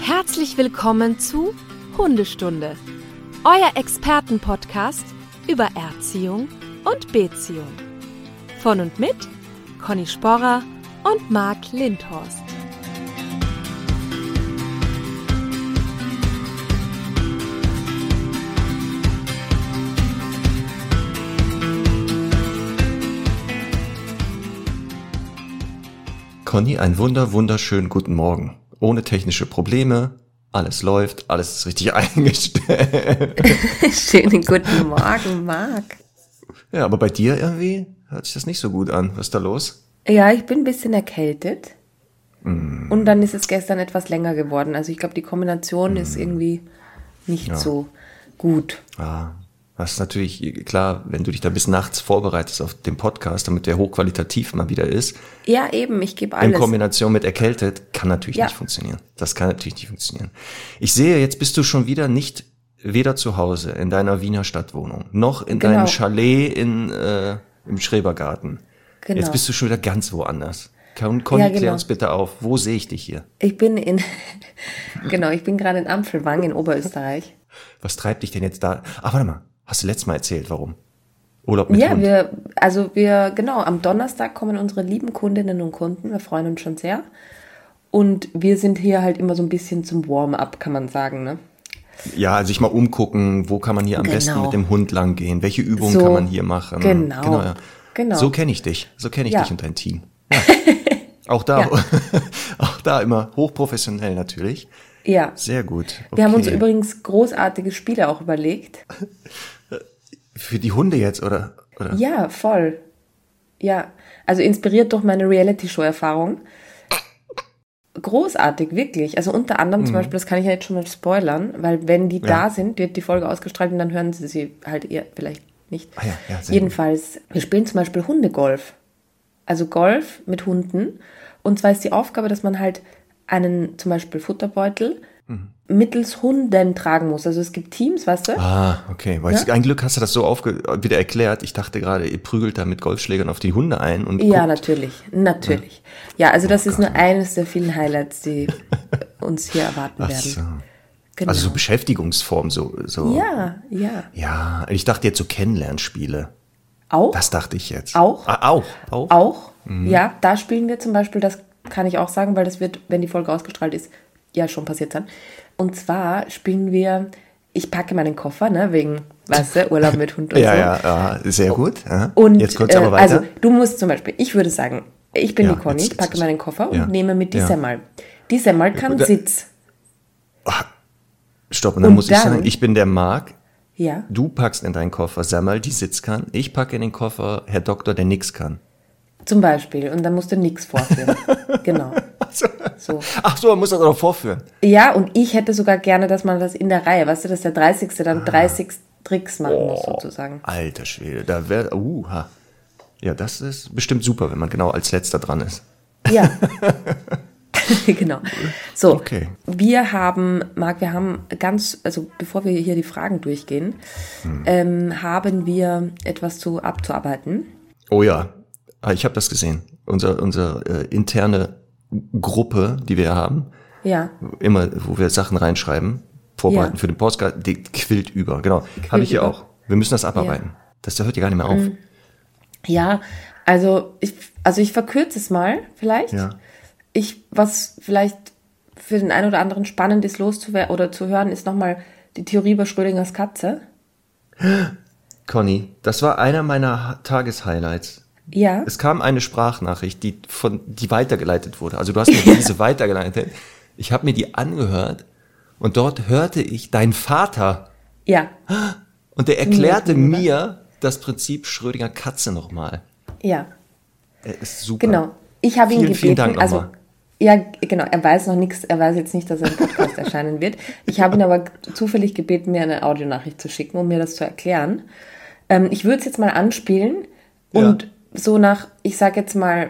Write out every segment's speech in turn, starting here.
Herzlich willkommen zu Hundestunde, euer Expertenpodcast über Erziehung und Beziehung. Von und mit Conny Sporrer und Marc Lindhorst. Conny, einen wunderschönen guten Morgen. Ohne technische Probleme, alles läuft, alles ist richtig eingestellt. Schönen guten Morgen, Marc. Ja, aber bei dir irgendwie hört sich das nicht so gut an. Was ist da los? Ja, ich bin ein bisschen erkältet. Und dann ist es gestern etwas länger geworden. Also ich glaube, die Kombination ist irgendwie nicht so gut. Das ist natürlich klar, wenn du dich da bis nachts vorbereitest auf den Podcast, damit der hochqualitativ mal wieder ist. Ja, eben, ich gebe alles. In Kombination mit erkältet kann natürlich nicht funktionieren. Das kann natürlich nicht funktionieren. Ich sehe, jetzt bist du schon wieder nicht weder zu Hause in deiner Wiener Stadtwohnung, noch in deinem Chalet im Schrebergarten. Genau. Jetzt bist du schon wieder ganz woanders. Conny, klär uns bitte auf, wo sehe ich dich hier? Ich bin ich bin gerade in Ampfelwang in Oberösterreich. Was treibt dich denn jetzt da? Warte mal. Hast du letztes Mal erzählt, warum? Urlaub mit Hund? Am Donnerstag kommen unsere lieben Kundinnen und Kunden, wir freuen uns schon sehr. Und wir sind hier halt immer so ein bisschen zum Warm-up, kann man sagen, ne? Ja, also sich mal umgucken, wo kann man hier am besten mit dem Hund lang gehen, welche Übungen kann man hier machen. Genau. So kenne ich dich, dich und dein Team. Ja. Auch da immer hochprofessionell natürlich. Ja. Sehr gut. Okay. Wir haben uns übrigens großartige Spiele auch überlegt. Für die Hunde jetzt, oder? Ja, voll. Ja, also inspiriert durch meine Reality-Show-Erfahrung. Großartig, wirklich. Also unter anderem zum Beispiel, das kann ich ja jetzt schon mal spoilern, weil wenn die da sind, wird die Folge ausgestrahlt und dann hören sie halt eher vielleicht nicht. Jedenfalls, wir spielen zum Beispiel Hundegolf. Also Golf mit Hunden. Und zwar ist die Aufgabe, dass man halt einen zum Beispiel Futterbeutel mittels Hunden tragen muss. Also es gibt Teams, weißt du? Okay. Ein Glück hast du das so wieder erklärt. Ich dachte gerade, ihr prügelt da mit Golfschlägern auf die Hunde ein. Und ja, natürlich. Ja, also das ist nur eines der vielen Highlights, die uns hier erwarten werden. So. Genau. Also so Beschäftigungsform, so. Ja. Ja, ich dachte jetzt so Kennenlernspiele. Auch? Das dachte ich jetzt. Auch? Auch? Ja, da spielen wir zum Beispiel, das kann ich auch sagen, weil das wird, wenn die Folge ausgestrahlt ist, ja schon passiert sein. Und zwar spielen wir, ich packe meinen Koffer, ne, wegen, weißt du, Urlaub mit Hund und so. Ja, sehr gut. Aha. Und jetzt kurz aber weiter. Also du musst zum Beispiel, ich würde sagen, ich bin die Conny, ich packe meinen Koffer und nehme mit die Semmel. Die Semmel kann Sitz. Stopp, und dann muss ich sagen, ich bin der Marc. Ja. Du packst in deinen Koffer Semmel, die Sitz kann. Ich packe in den Koffer Herr Doktor, der nix kann. Zum Beispiel. Und dann musst du nix vorführen. Genau. So. Ach so, man muss das auch noch vorführen. Ja, und ich hätte sogar gerne, dass man das in der Reihe, weißt du, dass der 30. dann 30 Tricks machen muss, sozusagen. Alter Schwede, da wäre, Ja, das ist bestimmt super, wenn man genau als Letzter dran ist. Ja. Genau. So, okay. Marc, also bevor wir hier die Fragen durchgehen, haben wir etwas abzuarbeiten. Oh ja, ich habe das gesehen. Unsere interne Gruppe, die wir haben, immer, wo wir Sachen reinschreiben, vorbereiten für den Podcast, die quillt über. Genau, habe ich hier auch. Wir müssen das abarbeiten. Das hört ja gar nicht mehr auf. Ja, also ich verkürze es mal vielleicht. Ja. Was vielleicht für den einen oder anderen spannend ist, oder zu hören, ist nochmal die Theorie über Schrödingers Katze. Conny, das war einer meiner Tageshighlights. Ja. Es kam eine Sprachnachricht, die weitergeleitet wurde. Also du hast mir diese weitergeleitet. Ich habe mir die angehört und dort hörte ich deinen Vater. Ja. Und der erklärte mir das Prinzip Schrödinger Katze nochmal. Ja. Er ist super. Genau. Ich habe ihn gebeten. Vielen Dank nochmal. Ja, genau, er weiß noch nichts, er weiß jetzt nicht, dass er im Podcast erscheinen wird. Ich habe ihn aber zufällig gebeten, mir eine Audionachricht zu schicken, um mir das zu erklären. Ich würde es jetzt mal anspielen und so nach, ich sage jetzt mal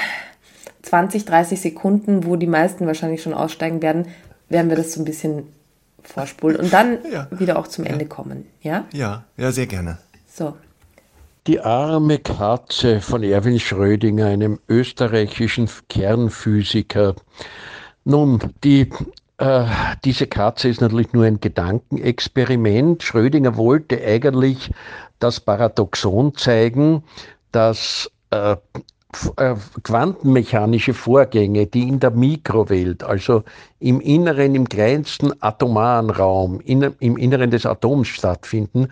20, 30 Sekunden, wo die meisten wahrscheinlich schon aussteigen werden wir das so ein bisschen vorspulen und dann wieder auch zum Ende kommen, ja? Ja, sehr gerne. So. Die arme Katze von Erwin Schrödinger, einem österreichischen Kernphysiker. Nun, die diese Katze ist natürlich nur ein Gedankenexperiment. Schrödinger wollte eigentlich das Paradoxon zeigen, dass quantenmechanische Vorgänge, die in der Mikrowelt, also im Inneren, im kleinsten atomaren Raum, im Inneren des Atoms stattfinden,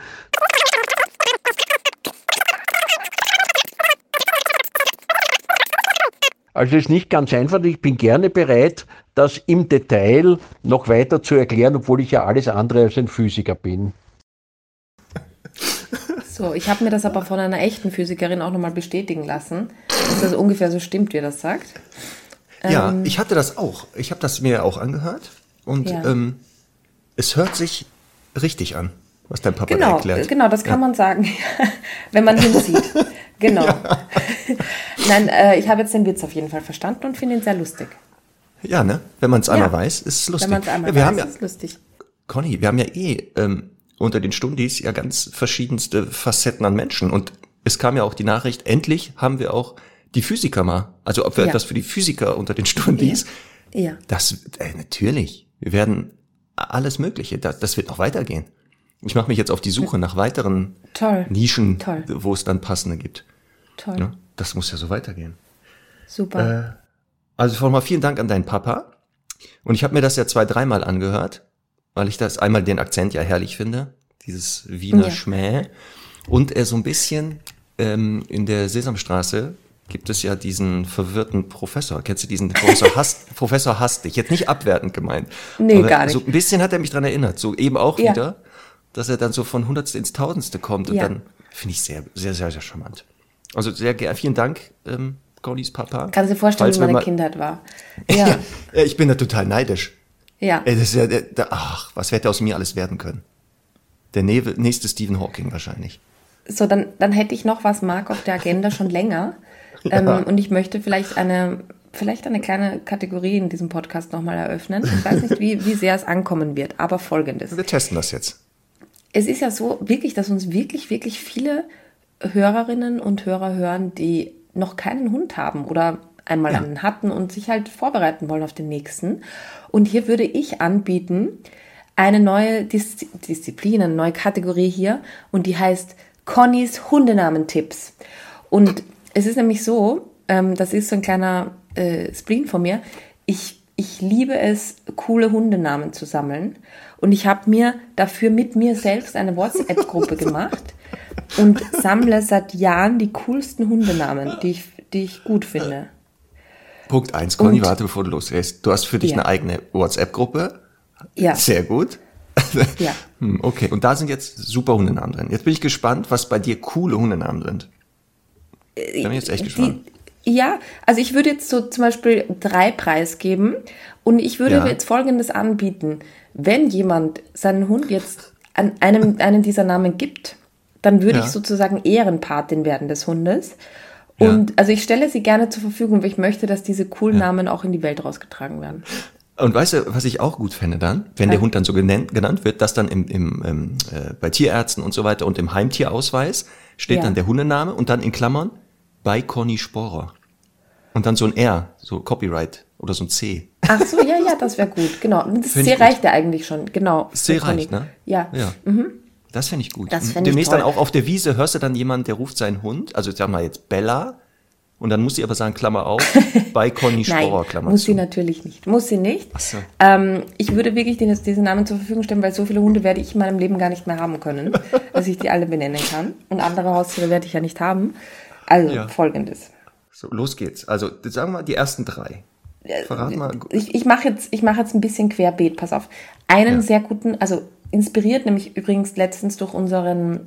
also es ist nicht ganz einfach. Ich bin gerne bereit, das im Detail noch weiter zu erklären, obwohl ich ja alles andere als ein Physiker bin. So, ich habe mir das aber von einer echten Physikerin auch nochmal bestätigen lassen, dass das ungefähr so stimmt, wie er das sagt. Ja, ich hatte das auch. Ich habe das mir auch angehört und es hört sich richtig an, was dein Papa da erklärt. Genau, das kann man sagen, wenn man hinsieht. Genau. Ja. Nein, ich habe jetzt den Witz auf jeden Fall verstanden und finde ihn sehr lustig. Ja, ne? Wenn man es einmal weiß, ist es lustig. Wenn man es einmal weiß, ist es lustig. Conny, wir haben ja unter den Stundis ja ganz verschiedenste Facetten an Menschen. Und es kam ja auch die Nachricht, endlich haben wir auch die Physiker mal. Also ob wir etwas für die Physiker unter den Stundis. Ja. Das, natürlich. Wir werden alles Mögliche. Das wird noch weitergehen. Ich mache mich jetzt auf die Suche nach weiteren Nischen, wo es dann passende gibt. Toll. Ja, das muss ja so weitergehen. Super. Also vor allem vielen Dank an deinen Papa. Und ich habe mir das ja 2-3 Mal angehört, weil ich das einmal den Akzent ja herrlich finde, dieses Wiener Schmäh. Und er so ein bisschen in der Sesamstraße gibt es ja diesen verwirrten Professor. Kennst du diesen Professor Hastig? Jetzt nicht abwertend gemeint. Nee, aber gar nicht. So ein bisschen hat er mich dran erinnert. So eben auch wieder, dass er dann so von Hundertste ins Tausendste kommt. Und dann finde ich sehr, sehr, sehr, sehr charmant. Also sehr gerne. Vielen Dank, Connys Papa. Kannst du dir vorstellen, wie meine Kindheit war? Ja. Ja, ich bin da total neidisch. Ja. Das ist ja, was hätte aus mir alles werden können? Der nächste Stephen Hawking wahrscheinlich. So, dann hätte ich noch was, Marc, auf der Agenda schon länger. Und ich möchte vielleicht eine kleine Kategorie in diesem Podcast nochmal eröffnen. Ich weiß nicht, wie sehr es ankommen wird, aber Folgendes. Wir testen das jetzt. Es ist ja so wirklich, dass uns wirklich, wirklich viele Hörerinnen und Hörer hören, die noch keinen Hund haben oder einmal einen hatten und sich halt vorbereiten wollen auf den nächsten. Und hier würde ich anbieten, eine neue Disziplin, eine neue Kategorie hier, und die heißt Connys Hundenamentipps. Und es ist nämlich so, das ist so ein kleiner Spleen von mir, ich liebe es, coole Hundenamen zu sammeln, und ich habe mir dafür mit mir selbst eine WhatsApp-Gruppe gemacht und sammle seit Jahren die coolsten Hundenamen, die ich gut finde. Punkt 1, Conny, warte, bevor du losgehst. Du hast für dich eine eigene WhatsApp-Gruppe. Ja. Sehr gut. Ja. Okay, und da sind jetzt super Hundenamen drin. Jetzt bin ich gespannt, was bei dir coole Hundenamen sind. Da bin ich jetzt echt gespannt. Ja, also ich würde jetzt so zum Beispiel 3 preisgeben, und ich würde jetzt Folgendes anbieten. Wenn jemand seinen Hund jetzt an einen dieser Namen gibt, dann würde ich sozusagen Ehrenpatin werden des Hundes. Und also ich stelle sie gerne zur Verfügung, weil ich möchte, dass diese coolen Namen auch in die Welt rausgetragen werden. Und weißt du, was ich auch gut fände dann, wenn der Hund dann so genannt wird, dass dann bei Tierärzten und so weiter und im Heimtierausweis steht dann der Hundename und dann in Klammern bei Conny Sporer. Und dann so ein R, so Copyright oder so ein C. Ach so, ja, das wäre gut, genau. Das C reicht ja eigentlich schon, genau. C reicht, ne? Ja. Mhm. Das fände ich gut. Das demnächst dann auch auf der Wiese hörst du dann jemanden, der ruft seinen Hund, also sag mal jetzt Bella, und dann muss sie aber sagen, Klammer auf, bei Conny Sporer, Klammer Nein, muss zu. Sie natürlich nicht. Muss sie nicht. Ach so. Ich würde wirklich diesen Namen zur Verfügung stellen, weil so viele Hunde werde ich in meinem Leben gar nicht mehr haben können, dass ich die alle benennen kann. Und andere Haustiere werde ich ja nicht haben. Also Folgendes. So, los geht's. Also sagen wir mal die ersten 3. Verrat mal. Ich mache jetzt ein bisschen querbeet, pass auf. Einen sehr guten, also inspiriert nämlich übrigens letztens durch unseren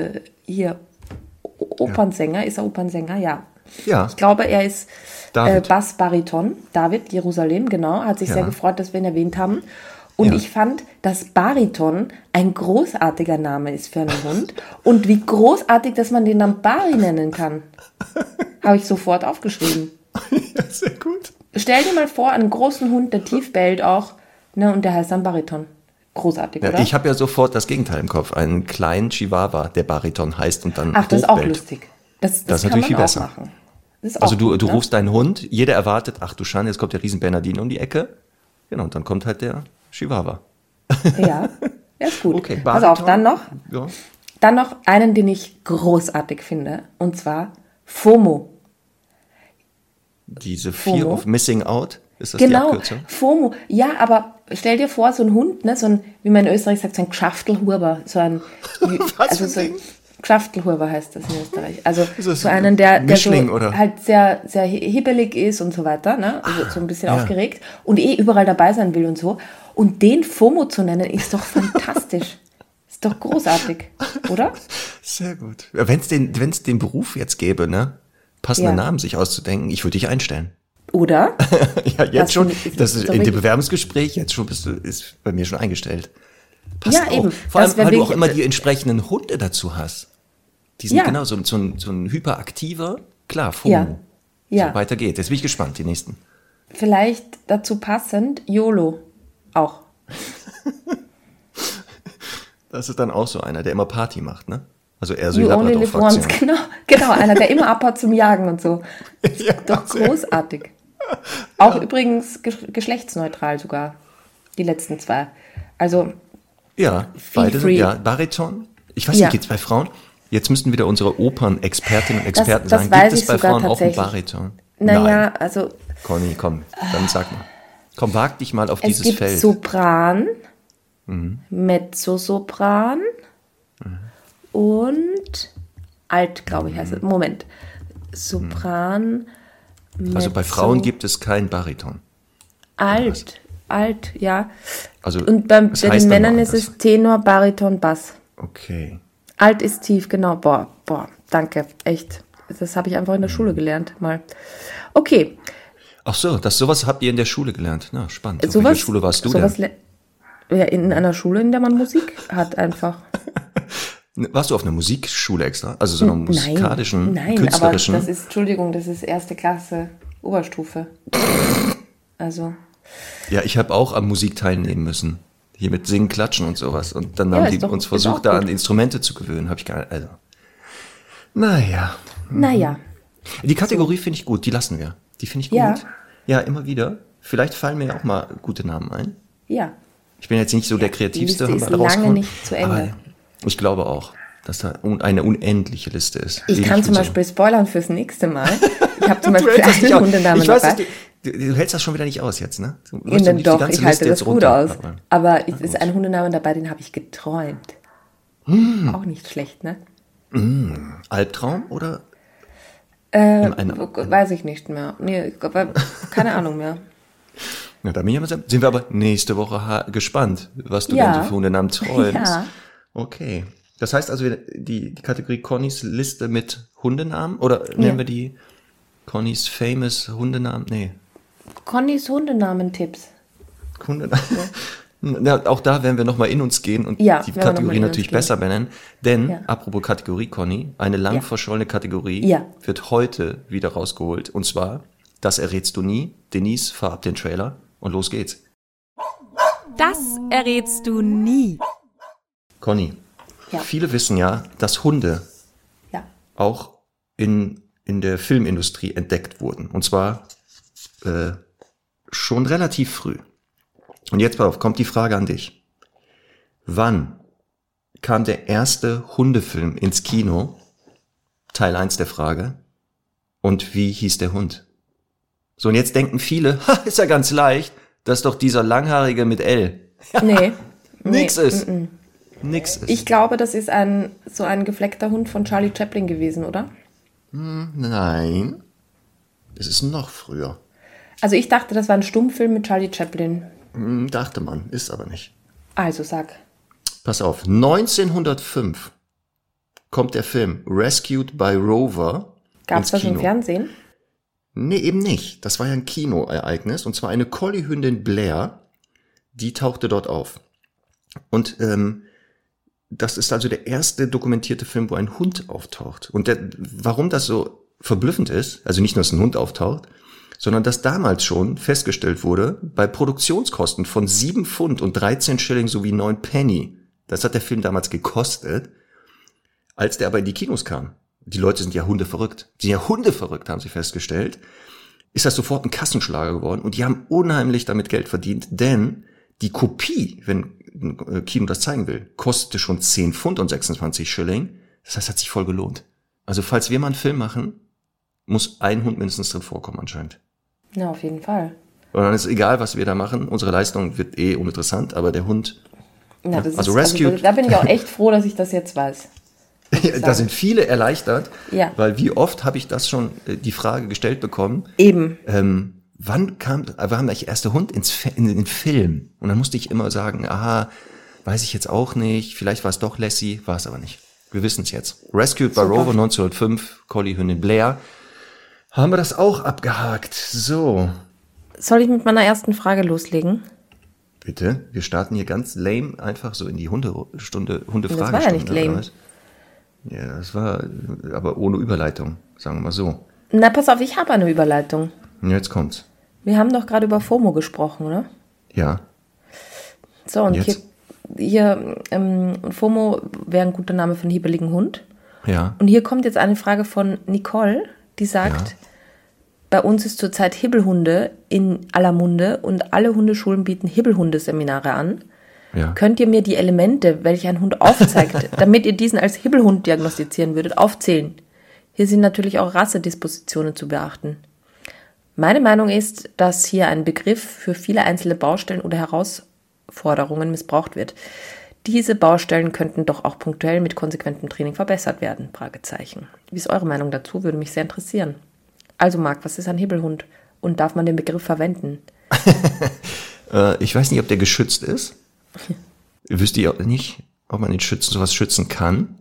Opernsänger. Ist er Opernsänger? Ja. Ja. Ich glaube, er ist Bassbariton. David, Jerusalem, genau. Hat sich sehr gefreut, dass wir ihn erwähnt haben. Und ich fand, dass Bariton ein großartiger Name ist für einen Hund. Und wie großartig, dass man den dann Bari nennen kann. Habe ich sofort aufgeschrieben. Ja, sehr gut. Stell dir mal vor, einen großen Hund, der tief bellt auch, ne, und der heißt dann Bariton. Großartig, oder? Ich habe ja sofort das Gegenteil im Kopf. Einen kleinen Chihuahua, der Bariton heißt und dann Ach, das ist auch lustig. Das ist kann natürlich viel man besser. auch machen. Das ist Also auch du gut, ne? rufst deinen Hund, jeder erwartet, ach du Schande, jetzt kommt der riesen Bernardino um die Ecke. Genau, und dann kommt halt der Chihuahua. Ja, ist gut. Okay, pass auf, dann noch einen, den ich großartig finde, und zwar FOMO. Diese Fear of Missing Out, ist das die Abkürzung? Genau, FOMO. Ja, aber stell dir vor, so ein Hund, ne, so ein, wie man in Österreich sagt, so ein Gschaftelhuber, so ein, also so ein Gschaftelhuber heißt das in Österreich. Also so einen, der so oder? halt sehr, sehr hibbelig ist und so weiter, ne, also so ein bisschen aufgeregt und überall dabei sein will und so. Und den FOMO zu nennen, ist doch fantastisch. Ist doch großartig, oder? Sehr gut. Wenn's den Beruf jetzt gäbe, ne? Passende Namen sich auszudenken, ich würde dich einstellen. Oder? Ja, jetzt schon. Das ist in dem Bewerbungsgespräch, jetzt schon ist bei mir schon eingestellt. Passt ja, auch. eben. Vor allem, weil du auch immer die entsprechenden Hunde dazu hast. Die sind genau so ein hyperaktiver, klar, FOMO. Ja. So, weiter geht's. Jetzt bin ich gespannt, die nächsten. Vielleicht dazu passend, YOLO auch. Das ist dann auch so einer, der immer Party macht, ne? Also eher so You die only live once, genau, einer, der immer abhaut zum Jagen und so. Ja, doch großartig. Auch übrigens geschlechtsneutral sogar, die letzten zwei. Also ja, beide sind, Bariton. Ich weiß nicht, geht's bei Frauen? Jetzt müssten wieder unsere Opernexpertinnen und Experten sagen, gibt es bei Frauen auch einen Bariton? Naja, also... Conny, komm, dann sag mal. Komm, wag dich mal auf dieses Feld. Es gibt Sopran, Mezzosopran und Alt, glaube ich, heißt es. Moment. Sopran, Also bei Frauen gibt es keinen Bariton. Alt, ja. Also, und bei den Männern ist es Tenor, Bariton, Bass. Okay. Alt ist tief, genau. Boah, danke, echt. Das habe ich einfach in der Schule gelernt, mal. Okay. Ach so, sowas habt ihr in der Schule gelernt. Na, spannend. Auf welcher Schule warst du denn? Ja, in einer Schule, in der man Musik hat, einfach. Warst du auf einer Musikschule extra? Also so einer musikalischen, künstlerischen? Nein, aber das ist erste Klasse, Oberstufe. Also. Ja, ich habe auch am Musik teilnehmen müssen. Hier mit Singen, Klatschen und sowas. Und dann haben die uns versucht, da an Instrumente zu gewöhnen. Habe ich gar nicht, also. Naja. Die Kategorie finde ich gut, die lassen wir. Die finde ich gut. Ja, immer wieder. Vielleicht fallen mir ja auch mal gute Namen ein. Ja. Ich bin jetzt nicht so der kreativste. Die Liste ist lange nicht zu Ende. Aber ich glaube auch, dass da eine unendliche Liste ist. Ich kann zum Beispiel spoilern fürs nächste Mal. Ich habe zum Beispiel einen Hundenamen dabei. Du hältst das schon wieder nicht aus jetzt, ne? Doch, ich halte das gut aus. Aber es ist ein Hundename dabei, den habe ich geträumt. Auch nicht schlecht, ne? Albtraum oder? Weiß ich nicht mehr. Nee, keine Ahnung mehr. Na, da sind wir aber nächste Woche gespannt, was du denn so für Hundenamen träumst. Ja. Okay. Das heißt also, die Kategorie Connys Liste mit Hundenamen? Oder nennen wir die Connys Famous Hundenamen? Nee. Connys Hundenamen-Tipps. Ja, auch da werden wir nochmal in uns gehen und die Kategorie natürlich besser benennen. Denn, apropos Kategorie, Conny, eine lang verschollene Kategorie wird heute wieder rausgeholt. Und zwar, das errätst du nie. Denise, fahr ab den Trailer und los geht's. Das errätst du nie. Conny, viele wissen ja, dass Hunde auch in der Filmindustrie entdeckt wurden. Und zwar schon relativ früh. Und jetzt kommt die Frage an dich. Wann kam der erste Hundefilm ins Kino? Teil 1 der Frage. Und wie hieß der Hund? So, und jetzt denken viele, ist ja ganz leicht, das ist doch dieser Langhaarige mit L. Nee. Nix ist. Nix ist. Ich glaube, das ist so ein gefleckter Hund von Charlie Chaplin gewesen, oder? Nein. Es ist noch früher. Also ich dachte, das war ein Stummfilm mit Charlie Chaplin. Dachte man, ist aber nicht. Also sag. Pass auf, 1905 kommt der Film Rescued by Rover. Gab's das im Fernsehen? Nee, eben nicht. Das war ja ein Kinoereignis. Und zwar eine Collie-Hündin Blair, die tauchte dort auf. Und das ist also der erste dokumentierte Film, wo ein Hund auftaucht. Und warum das so verblüffend ist, also nicht nur, dass ein Hund auftaucht, sondern dass damals schon festgestellt wurde, bei Produktionskosten von 7 Pfund und 13 Schilling sowie 9 Penny, das hat der Film damals gekostet, als der aber in die Kinos kam. Die Leute sind ja hundeverrückt. Die sind ja hundeverrückt, haben sie festgestellt. ist das sofort ein Kassenschlager geworden und die haben unheimlich damit Geld verdient, denn die Kopie, wenn ein Kino das zeigen will, kostete schon 10 Pfund und 26 Schilling. Das heißt, hat sich voll gelohnt. Also falls wir mal einen Film machen, muss ein Hund mindestens drin vorkommen anscheinend. Ja, auf jeden Fall. Und dann ist egal, was wir da machen, unsere Leistung wird uninteressant, aber der Hund... Ja, das also Rescued... da bin ich auch echt froh, dass ich das jetzt weiß. Da sind viele erleichtert, ja. Weil wie oft habe ich das schon die Frage gestellt bekommen. Eben. Wann kam der erste Hund in den Film? Und dann musste ich immer sagen, aha, weiß ich jetzt auch nicht, vielleicht war es doch Lassie, war es aber nicht. Wir wissen es jetzt. Rescued by Rover 1905, Collie-Hündin Blair. Haben wir das auch abgehakt. So. Soll ich mit meiner ersten Frage loslegen? Bitte, wir starten hier ganz lame einfach so in die Hundefragestunde. Das war ja nicht lame. Ja, das war aber ohne Überleitung, sagen wir mal so. Na, pass auf, ich habe eine Überleitung. Jetzt kommt's. Wir haben doch gerade über FOMO gesprochen, oder? Ja. So, und hier FOMO wäre ein guter Name für einen hibbeligen Hund. Ja. Und hier kommt jetzt eine Frage von Nicole, die sagt, bei uns ist zurzeit Hibbelhunde in aller Munde und alle Hundeschulen bieten Hibbelhundeseminare an. Ja. Könnt ihr mir die Elemente, welche ein Hund aufzeigt, damit ihr diesen als Hibbelhund diagnostizieren würdet, aufzählen? Hier sind natürlich auch Rassedispositionen zu beachten. Meine Meinung ist, dass hier ein Begriff für viele einzelne Baustellen oder Herausforderungen missbraucht wird. Diese Baustellen könnten doch auch punktuell mit konsequentem Training verbessert werden. Fragezeichen. Wie ist eure Meinung dazu? Würde mich sehr interessieren. Also Marc, was ist ein Hibbelhund? Und darf man den Begriff verwenden? Ich weiß nicht, ob der geschützt ist. Wüsste ich auch nicht, ob man sowas schützen kann.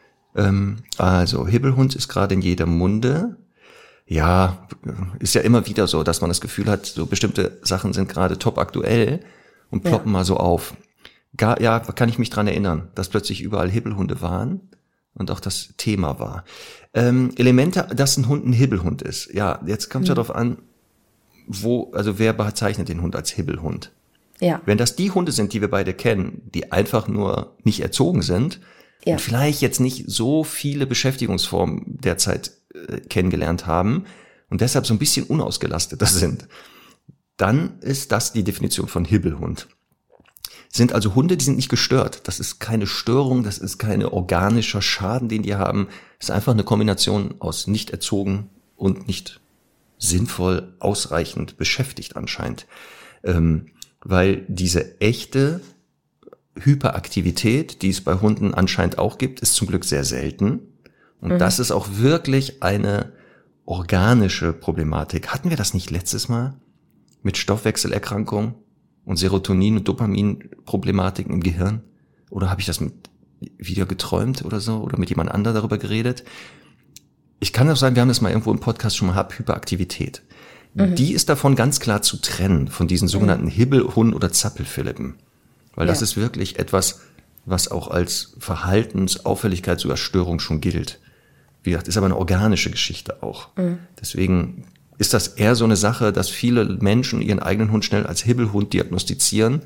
Also, Hibbelhund ist gerade in jeder Munde. Ja, ist ja immer wieder so, dass man das Gefühl hat, so bestimmte Sachen sind gerade top aktuell und ploppen mal so auf. Kann ich mich dran erinnern, dass plötzlich überall Hibbelhunde waren und auch das Thema war. Elemente, dass ein Hund ein Hibbelhund ist. Ja, jetzt kommt es ja darauf an, wer bezeichnet den Hund als Hibbelhund? Ja. Wenn das die Hunde sind, die wir beide kennen, die einfach nur nicht erzogen sind und vielleicht jetzt nicht so viele Beschäftigungsformen derzeit kennengelernt haben und deshalb so ein bisschen unausgelasteter sind, dann ist das die Definition von Hibbelhund. Sind also Hunde, die sind nicht gestört. Das ist keine Störung, das ist kein organischer Schaden, den die haben. Das ist einfach eine Kombination aus nicht erzogen und nicht sinnvoll ausreichend beschäftigt anscheinend. Weil diese echte Hyperaktivität, die es bei Hunden anscheinend auch gibt, ist zum Glück sehr selten. Und das ist auch wirklich eine organische Problematik. Hatten wir das nicht letztes Mal mit Stoffwechselerkrankungen und Serotonin- und Dopamin-Problematiken im Gehirn? Oder habe ich das wieder geträumt oder so? Oder mit jemand anderem darüber geredet? Ich kann auch sagen, wir haben das mal irgendwo im Podcast schon mal gehabt, Hyperaktivität. Die ist davon ganz klar zu trennen, von diesen sogenannten Hibbelhund- oder Zappelphilippen. Weil das ist wirklich etwas, was auch als Verhaltensauffälligkeit, sogar Störung schon gilt. Wie gesagt, ist aber eine organische Geschichte auch. Deswegen ist das eher so eine Sache, dass viele Menschen ihren eigenen Hund schnell als Hibbelhund diagnostizieren,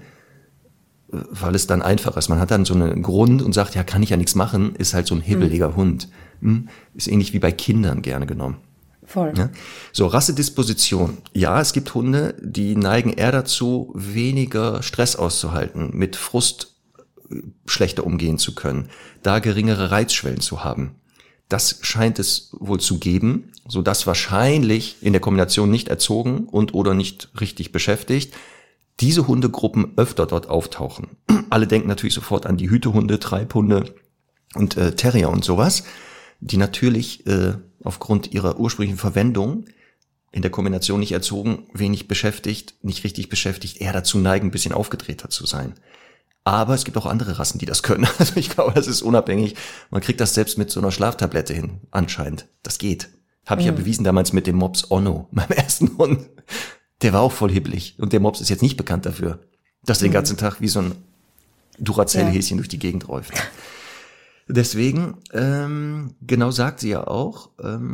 weil es dann einfacher ist. Man hat dann so einen Grund und sagt, ja, kann ich ja nichts machen, ist halt so ein hibbeliger Hund. Ist ähnlich wie bei Kindern gerne genommen. Voll. Ja? So, Rassedisposition. Ja, es gibt Hunde, die neigen eher dazu, weniger Stress auszuhalten, mit Frust schlechter umgehen zu können, da geringere Reizschwellen zu haben. Das scheint es wohl zu geben, so dass wahrscheinlich in der Kombination nicht erzogen und oder nicht richtig beschäftigt, diese Hundegruppen öfter dort auftauchen. Alle denken natürlich sofort an die Hütehunde, Treibhunde und Terrier und sowas, die natürlich aufgrund ihrer ursprünglichen Verwendung in der Kombination nicht erzogen, wenig beschäftigt, nicht richtig beschäftigt, eher dazu neigen, ein bisschen aufgedrehter zu sein. Aber es gibt auch andere Rassen, die das können. Also ich glaube, das ist unabhängig. Man kriegt das selbst mit so einer Schlaftablette hin, anscheinend. Das geht. Habe ich ja bewiesen damals mit dem Mops Onno, meinem ersten Hund. Der war auch voll hibbelig. Und der Mops ist jetzt nicht bekannt dafür, dass er den ganzen Tag wie so ein Duracell-Häschen durch die Gegend läuft. Deswegen, genau sagt sie ja auch,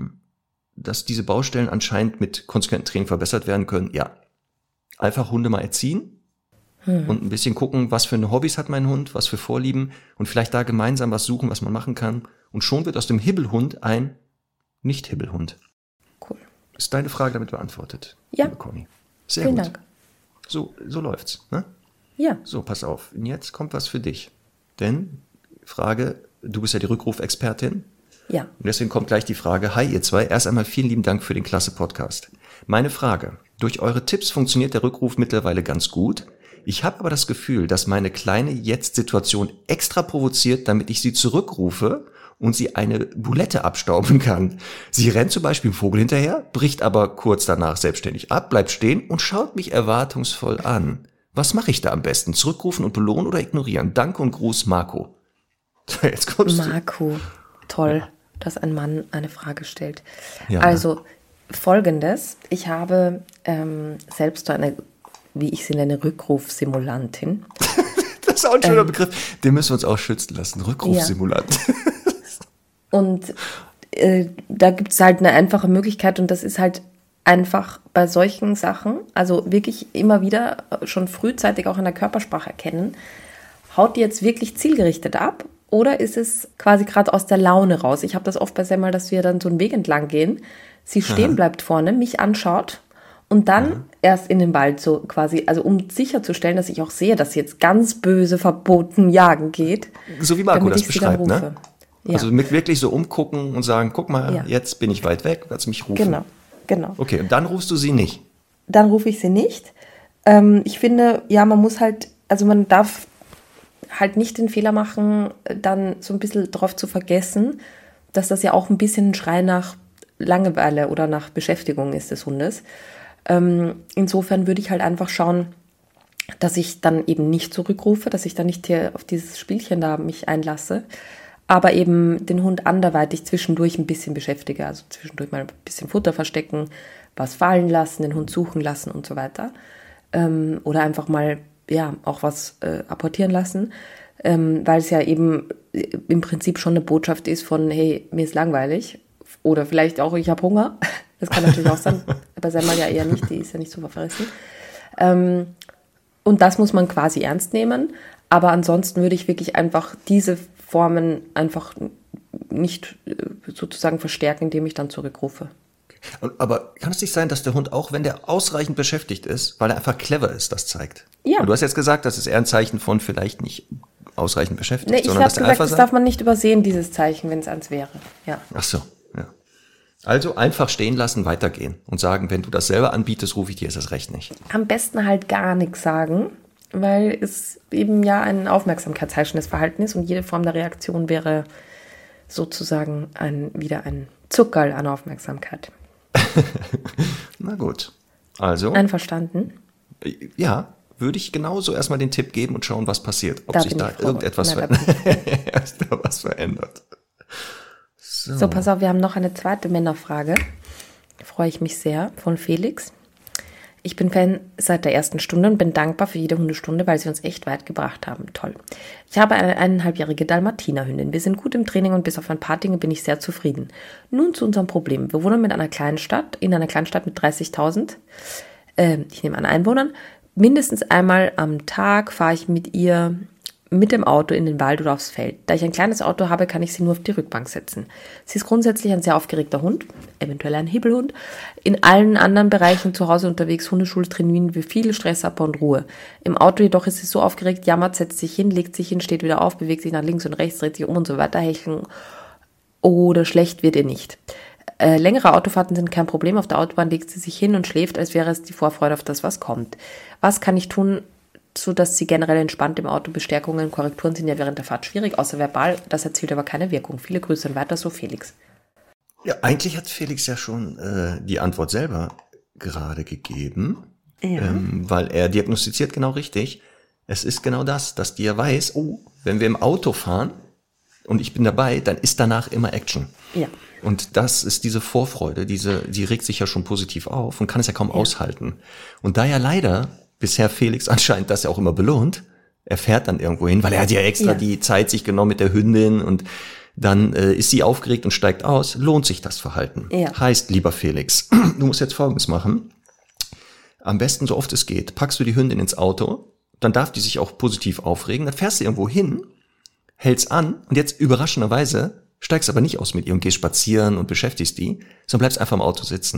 dass diese Baustellen anscheinend mit konsequentem Training verbessert werden können. Ja, einfach Hunde mal erziehen und ein bisschen gucken, was für eine Hobbys hat mein Hund, was für Vorlieben und vielleicht da gemeinsam was suchen, was man machen kann. Und schon wird aus dem Hibbelhund ein Nicht-Hibbelhund. Cool. ist deine Frage damit beantwortet? Ja. Liebe Conny. Sehr Vielen gut. Dank. So läuft's, ne? Ja. So, pass auf. Und jetzt kommt was für dich. Denn, Frage, du bist ja die Rückrufexpertin. Ja. Und deswegen kommt gleich die Frage, hi ihr zwei, erst einmal vielen lieben Dank für den klasse Podcast. Meine Frage, durch eure Tipps funktioniert der Rückruf mittlerweile ganz gut. Ich habe aber das Gefühl, dass meine kleine Jetzt-Situation extra provoziert, damit ich sie zurückrufe und sie eine Bulette abstauben kann. Sie rennt zum Beispiel dem Vogel hinterher, bricht aber kurz danach selbstständig ab, bleibt stehen und schaut mich erwartungsvoll an. Was mache ich da am besten? Zurückrufen und belohnen oder ignorieren? Danke und Gruß, Marco. Jetzt kommst du. Marco, toll, dass ein Mann eine Frage stellt. Ja. Also Folgendes, ich habe selbst so eine, wie ich sie nenne, Rückrufsimulantin. Das ist auch ein schöner Begriff. Den müssen wir uns auch schützen lassen. Rückrufsimulant. Ja. Und da gibt es halt eine einfache Möglichkeit und das ist halt einfach bei solchen Sachen, also wirklich immer wieder schon frühzeitig auch in der Körpersprache erkennen, haut die jetzt wirklich zielgerichtet ab oder ist es quasi gerade aus der Laune raus? Ich habe das oft bei Semmel, dass wir dann so einen Weg entlang gehen, sie stehen bleibt vorne, mich anschaut und dann erst in den Wald so quasi, also um sicherzustellen, dass ich auch sehe, dass sie jetzt ganz böse verboten jagen geht. So wie Marco das beschreibt, ne? Ja. Also mit wirklich so umgucken und sagen, guck mal, jetzt bin ich weit weg, kannst mich rufen. Genau. Okay, und dann rufst du sie nicht? Dann rufe ich sie nicht. Ich finde, ja, man muss halt, also man darf halt nicht den Fehler machen, dann so ein bisschen drauf zu vergessen, dass das ja auch ein bisschen ein Schrei nach Langeweile oder nach Beschäftigung ist des Hundes. Insofern würde ich halt einfach schauen, dass ich dann eben nicht zurückrufe, dass ich dann nicht hier auf dieses Spielchen da mich einlasse, aber eben den Hund anderweitig zwischendurch ein bisschen beschäftige, also zwischendurch mal ein bisschen Futter verstecken, was fallen lassen, den Hund suchen lassen und so weiter. Oder einfach mal, ja, auch was apportieren lassen, weil es ja eben im Prinzip schon eine Botschaft ist von, hey, mir ist langweilig oder vielleicht auch, ich habe Hunger. Das kann natürlich auch sein, aber Semmel ja eher nicht, die ist ja nicht so verfressen. Und das muss man quasi ernst nehmen, aber ansonsten würde ich wirklich einfach diese Formen einfach nicht sozusagen verstärken, indem ich dann zurückrufe. Aber kann es nicht sein, dass der Hund auch, wenn der ausreichend beschäftigt ist, weil er einfach clever ist, das zeigt? Ja. Und du hast jetzt gesagt, das ist eher ein Zeichen von vielleicht nicht ausreichend beschäftigt, Nee, ich sondern habe dass er gesagt, einfach das sagt, darf man nicht übersehen, dieses Zeichen, wenn es eins wäre. Ja. ach so, ja. Also einfach stehen lassen, weitergehen und sagen, wenn du das selber anbietest, rufe ich dir das Recht nicht. Am besten halt gar nichts sagen, weil es eben ja ein aufmerksamkeitsheischendes Verhalten ist und jede Form der Reaktion wäre sozusagen wieder ein Zuckerl an Aufmerksamkeit. Na gut, also Einverstanden? ja, würde ich genauso erstmal den Tipp geben und schauen, was passiert. Ob Da sich bin da ich froh. irgendetwas Na, da was verändert. So, pass auf, wir haben noch eine zweite Männerfrage. Freue ich mich sehr, von Felix. Ich bin Fan seit der ersten Stunde und bin dankbar für jede Hundestunde, weil sie uns echt weit gebracht haben. Toll. Ich habe eine 1,5-jährige Dalmatinerhündin. Wir sind gut im Training und bis auf ein paar Dinge bin ich sehr zufrieden. Nun zu unserem Problem. Wir wohnen in einer Kleinstadt mit 30.000, ich nehme an Einwohnern. Mindestens einmal am Tag fahre ich mit ihr mit dem Auto in den Wald oder aufs Feld. Da ich ein kleines Auto habe, kann ich sie nur auf die Rückbank setzen. Sie ist grundsätzlich ein sehr aufgeregter Hund, eventuell ein Hibbelhund. In allen anderen Bereichen zu Hause unterwegs, Hundeschule trainieren wir viel Stressabbau und Ruhe. Im Auto jedoch ist sie so aufgeregt, jammert, setzt sich hin, legt sich hin, steht wieder auf, bewegt sich nach links und rechts, dreht sich um und so weiter, hecheln oder schlecht wird ihr nicht. Längere Autofahrten sind kein Problem. Auf der Autobahn legt sie sich hin und schläft, als wäre es die Vorfreude auf das, was kommt. Was kann ich tun, so dass sie generell entspannt im Auto? Bestärkungen, Korrekturen sind ja während der Fahrt schwierig, außer verbal. Das erzielt aber keine Wirkung. Viele Grüße und weiter so, Felix. Ja, eigentlich hat Felix ja schon die Antwort selber gerade gegeben, weil er diagnostiziert genau richtig. Es ist genau das, dass die ja weiß, oh, wenn wir im Auto fahren und ich bin dabei, dann ist danach immer Action. Ja. Und das ist diese Vorfreude, die regt sich ja schon positiv auf und kann es ja kaum aushalten. Und da ja leider bisher Felix anscheinend das ja auch immer belohnt, er fährt dann irgendwo hin, weil er hat ja extra die Zeit sich genommen mit der Hündin und dann ist sie aufgeregt und steigt aus, lohnt sich das Verhalten. Ja. Heißt, lieber Felix, du musst jetzt Folgendes machen. Am besten, so oft es geht, packst du die Hündin ins Auto, dann darf die sich auch positiv aufregen, dann fährst du irgendwo hin, hältst an und jetzt überraschenderweise steigst aber nicht aus mit ihr und gehst spazieren und beschäftigst die, sondern bleibst einfach im Auto sitzen,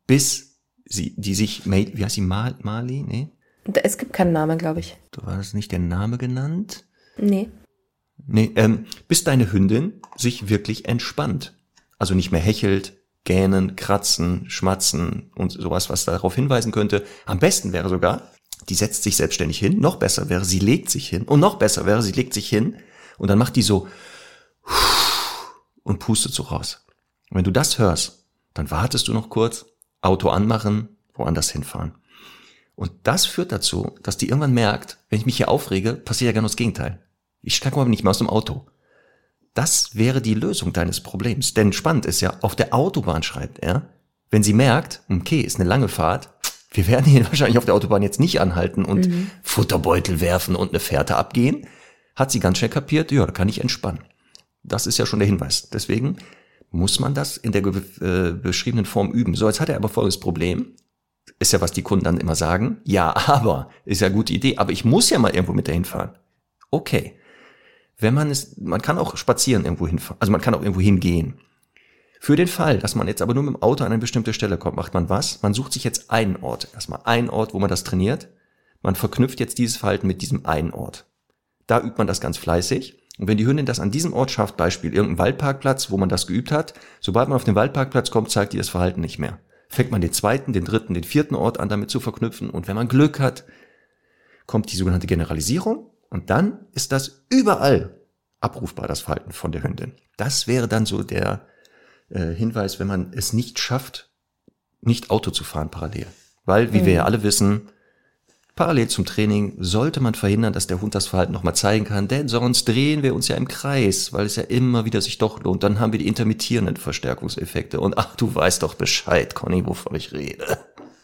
bis die sich, wie heißt sie, Marley? Nee? Es gibt keinen Namen, glaube ich. Du warst nicht der Name genannt? Nee. Nee, bis deine Hündin sich wirklich entspannt. Also nicht mehr hechelt, gähnen, kratzen, schmatzen und sowas, was darauf hinweisen könnte. Am besten wäre sogar, die setzt sich selbstständig hin. Noch besser wäre, sie legt sich hin. Und noch besser wäre, sie legt sich hin und dann macht die so und pustet so raus. Und wenn du das hörst, dann wartest du noch kurz, Auto anmachen, woanders hinfahren. Und das führt dazu, dass die irgendwann merkt, wenn ich mich hier aufrege, passiert ja genau das Gegenteil. Ich steige aber nicht mehr aus dem Auto. Das wäre die Lösung deines Problems. Denn spannend ist ja, auf der Autobahn schreibt er, wenn sie merkt, okay, ist eine lange Fahrt, wir werden hier wahrscheinlich auf der Autobahn jetzt nicht anhalten und Futterbeutel werfen und eine Fährte abgehen, hat sie ganz schnell kapiert, ja, da kann ich entspannen. Das ist ja schon der Hinweis. Deswegen muss man das in der beschriebenen Form üben. So, jetzt hat er aber folgendes Problem. Ist ja, was die Kunden dann immer sagen. Ja, aber, ist ja eine gute Idee, aber ich muss ja mal irgendwo mit dahin fahren. Okay. Man kann auch spazieren irgendwo hinfahren, also man kann auch irgendwo hingehen. Für den Fall, dass man jetzt aber nur mit dem Auto an eine bestimmte Stelle kommt, macht man was? Man sucht sich jetzt einen Ort. Erstmal einen Ort, wo man das trainiert. Man verknüpft jetzt dieses Verhalten mit diesem einen Ort. Da übt man das ganz fleißig. Und wenn die Hündin das an diesem Ort schafft, Beispiel irgendein Waldparkplatz, wo man das geübt hat, sobald man auf den Waldparkplatz kommt, zeigt die das Verhalten nicht mehr. Fängt man den zweiten, den dritten, den vierten Ort an, damit zu verknüpfen. Und wenn man Glück hat, kommt die sogenannte Generalisierung. Und dann ist das überall abrufbar, das Verhalten von der Hündin. Das wäre dann so der Hinweis, wenn man es nicht schafft, nicht Auto zu fahren parallel. Weil, wie wir ja alle wissen, parallel zum Training sollte man verhindern, dass der Hund das Verhalten nochmal zeigen kann, denn sonst drehen wir uns ja im Kreis, weil es ja immer wieder sich doch lohnt. Dann haben wir die intermittierenden Verstärkungseffekte. Und ach, du weißt doch Bescheid, Conny, wovon ich rede.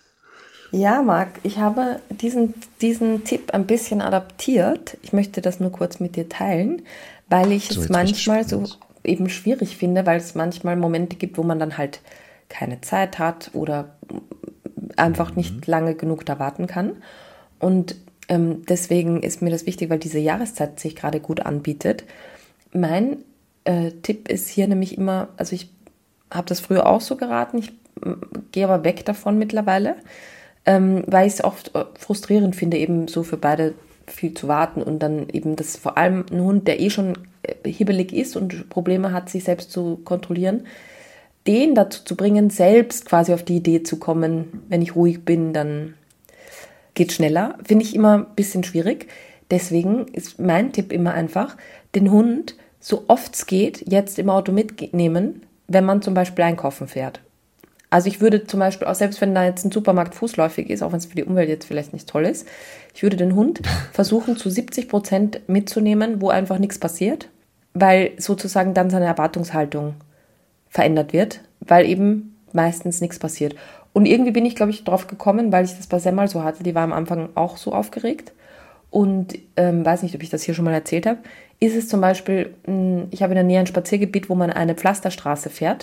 Ja, Marc, ich habe diesen Tipp ein bisschen adaptiert. Ich möchte das nur kurz mit dir teilen, weil ich es manchmal so eben schwierig finde, weil es manchmal Momente gibt, wo man dann halt keine Zeit hat oder einfach nicht lange genug da warten kann. Und deswegen ist mir das wichtig, weil diese Jahreszeit sich gerade gut anbietet. Mein Tipp ist hier nämlich immer, also ich habe das früher auch so geraten, ich gehe aber weg davon mittlerweile, weil ich es oft frustrierend finde, eben so für beide viel zu warten und dann eben das vor allem ein Hund, der eh schon hibbelig ist und Probleme hat, sich selbst zu kontrollieren, den dazu zu bringen, selbst quasi auf die Idee zu kommen, wenn ich ruhig bin, dann geht schneller, finde ich immer ein bisschen schwierig. Deswegen ist mein Tipp immer einfach, den Hund so oft es geht jetzt im Auto mitnehmen, wenn man zum Beispiel einkaufen fährt. Also ich würde zum Beispiel, auch selbst wenn da jetzt ein Supermarkt fußläufig ist, auch wenn es für die Umwelt jetzt vielleicht nicht toll ist, ich würde den Hund versuchen zu 70% mitzunehmen, wo einfach nichts passiert, weil sozusagen dann seine Erwartungshaltung verändert wird, weil eben meistens nichts passiert. Und irgendwie bin ich, glaube ich, drauf gekommen, weil ich das bei Semmel so hatte, die war am Anfang auch so aufgeregt und weiß nicht, ob ich das hier schon mal erzählt habe, ist es zum Beispiel, ich habe in der Nähe ein Spaziergebiet, wo man eine Pflasterstraße fährt.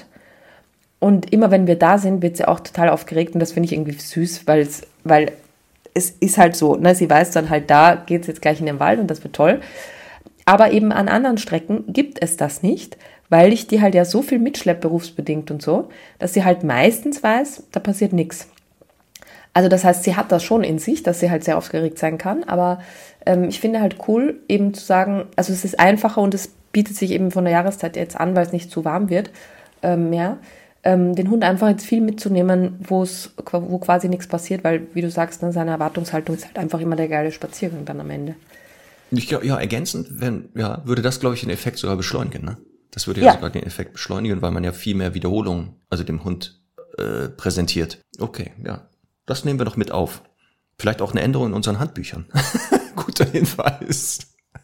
Und immer wenn wir da sind, wird sie auch total aufgeregt und das finde ich irgendwie süß, weil es ist halt so, ne? Sie weiß dann halt, da geht es jetzt gleich in den Wald und das wird toll. Aber eben an anderen Strecken gibt es das nicht, weil ich die halt ja so viel mitschleppe, berufsbedingt und so, dass sie halt meistens weiß, da passiert nichts. Also das heißt, sie hat das schon in sich, dass sie halt sehr aufgeregt sein kann, aber ich finde halt cool, eben zu sagen, also es ist einfacher und es bietet sich eben von der Jahreszeit jetzt an, weil es nicht zu warm wird, mehr, den Hund einfach jetzt viel mitzunehmen, wo quasi nichts passiert, weil, wie du sagst, ne, seine Erwartungshaltung ist halt einfach immer der geile Spaziergang dann am Ende. Ja, ergänzend, würde das, glaube ich, den Effekt sogar beschleunigen, ne? Das würde ja sogar den Effekt beschleunigen, weil man ja viel mehr Wiederholungen, also dem Hund präsentiert. Okay, ja. Das nehmen wir doch mit auf. Vielleicht auch eine Änderung in unseren Handbüchern. Guter Hinweis.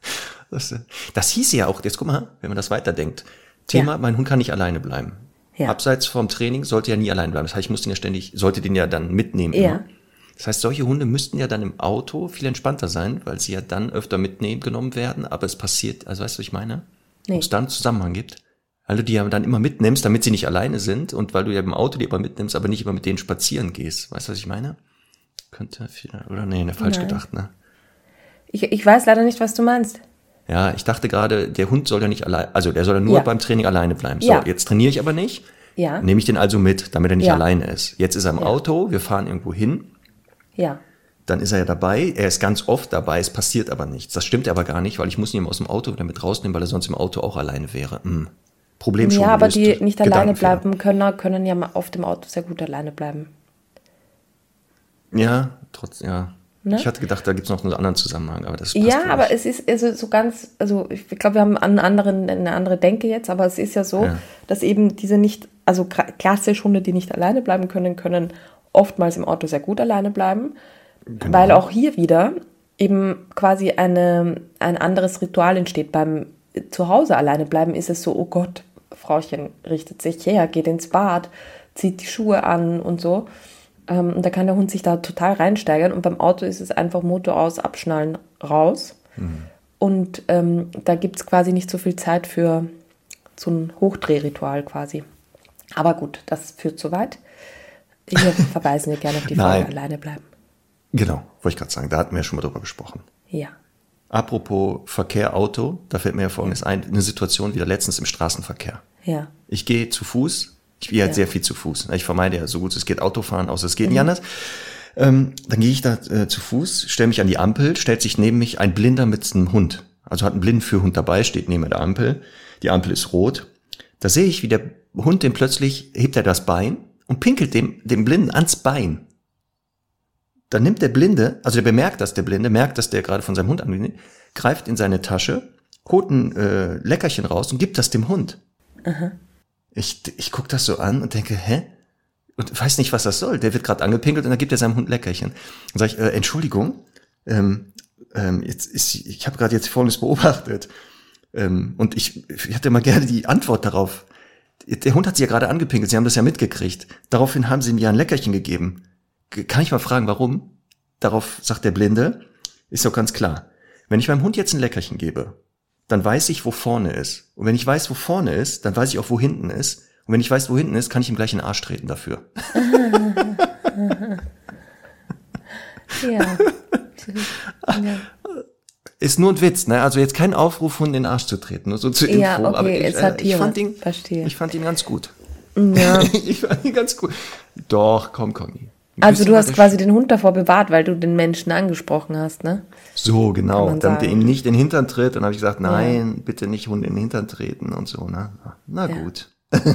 Das hieß ja auch, jetzt guck mal, wenn man das weiterdenkt. Thema, mein Hund kann nicht alleine bleiben. Ja. Abseits vom Training sollte er nie allein bleiben. Das heißt, ich muss den ja sollte den ja dann mitnehmen. Ja. Immer. Das heißt, solche Hunde müssten ja dann im Auto viel entspannter sein, weil sie ja dann öfter genommen werden. Aber es passiert, also weißt du, was ich meine? Nee. Ob es da einen Zusammenhang gibt. Weil du die ja dann immer mitnimmst, damit sie nicht alleine sind und weil du ja im Auto die immer mitnimmst, aber nicht immer mit denen spazieren gehst. Weißt du, was ich meine? Könnte viel, oder nee, falsch gedacht, ne? Ich weiß leider nicht, was du meinst. Ja, ich dachte gerade, der Hund soll ja nicht allein, also der soll ja nur beim Training alleine bleiben. So, jetzt trainiere ich aber nicht. Nehme ich den also mit, damit er nicht alleine ist. Jetzt ist er im Auto, wir fahren irgendwo hin. Ja. Dann ist er ja dabei, er ist ganz oft dabei, es passiert aber nichts. Das stimmt aber gar nicht, weil ich muss ihn aus dem Auto wieder mit rausnehmen, weil er sonst im Auto auch alleine wäre. Problem schon Ja, aber gelöst. die nicht alleine bleiben können ja auf dem Auto sehr gut alleine bleiben. Ja, trotzdem, ja. Ne? Ich hatte gedacht, da gibt es noch einen anderen Zusammenhang, aber das passt ja, aber es ist also so ganz, also ich glaube, wir haben eine andere Denke jetzt, aber es ist ja so, dass eben diese nicht, also klassisch Hunde, die nicht alleine bleiben können oftmals im Auto sehr gut alleine bleiben, weil auch hier wieder eben quasi ein anderes Ritual entsteht. Beim Zuhause alleine bleiben ist es so, oh Gott, Frauchen richtet sich her, geht ins Bad, zieht die Schuhe an und so. Und da kann der Hund sich da total reinsteigern. Und beim Auto ist es einfach Motor aus, abschnallen, raus. Und da gibt es quasi nicht so viel Zeit für so ein Hochdrehritual quasi. Aber gut, das führt zu weit. Hier verweisen wir gerne auf die Folge alleine bleiben. Genau, wollte ich gerade sagen, da hatten wir ja schon mal drüber gesprochen. Ja. Apropos Verkehr, Auto, da fällt mir ja Folgendes ein, eine Situation wieder letztens im Straßenverkehr. Ja. Ich gehe zu Fuß, ich gehe halt sehr viel zu Fuß. Ich vermeide ja so gut es geht Autofahren, außer es geht nicht anders. Dann gehe ich da zu Fuß, stelle mich an die Ampel, stellt sich neben mich ein Blinder mit einem Hund. Also hat einen Blindenführhund dabei, steht neben der Ampel. Die Ampel ist rot. Da sehe ich, wie der Hund dem plötzlich, hebt er das Bein und pinkelt dem Blinden ans Bein. Dann nimmt der Blinde, also der merkt, dass der gerade von seinem Hund angeht, greift in seine Tasche, holt ein Leckerchen raus und gibt das dem Hund. Aha. Ich gucke das so an und denke, hä? Und weiß nicht, was das soll. Der wird gerade angepinkelt und dann gibt er seinem Hund ein Leckerchen. Dann sage ich, Entschuldigung, ich habe gerade jetzt Folgendes beobachtet. Und ich hätte mal gerne die Antwort darauf. Der Hund hat sie ja gerade angepinkelt, Sie haben das ja mitgekriegt. Daraufhin haben Sie ihm ja ein Leckerchen gegeben. Kann ich mal fragen, warum? Darauf sagt der Blinde, ist doch ganz klar. Wenn ich meinem Hund jetzt ein Leckerchen gebe, dann weiß ich, wo vorne ist. Und wenn ich weiß, wo vorne ist, dann weiß ich auch, wo hinten ist. Und wenn ich weiß, wo hinten ist, kann ich ihm gleich in den Arsch treten dafür. Ja. Ist nur ein Witz, ne? Also jetzt kein Aufruf, Hund in den Arsch zu treten, nur so zur Info. Ja, okay, aber ich fand ihn ganz gut. Ja. Ich fand ihn ganz gut. Doch, komm. Also du hast quasi den Hund davor bewahrt, weil du den Menschen angesprochen hast, ne? So, genau. Damit er ihm nicht in den Hintern tritt. Und habe ich gesagt, nein, bitte nicht Hund in den Hintern treten und so, ne? Na gut.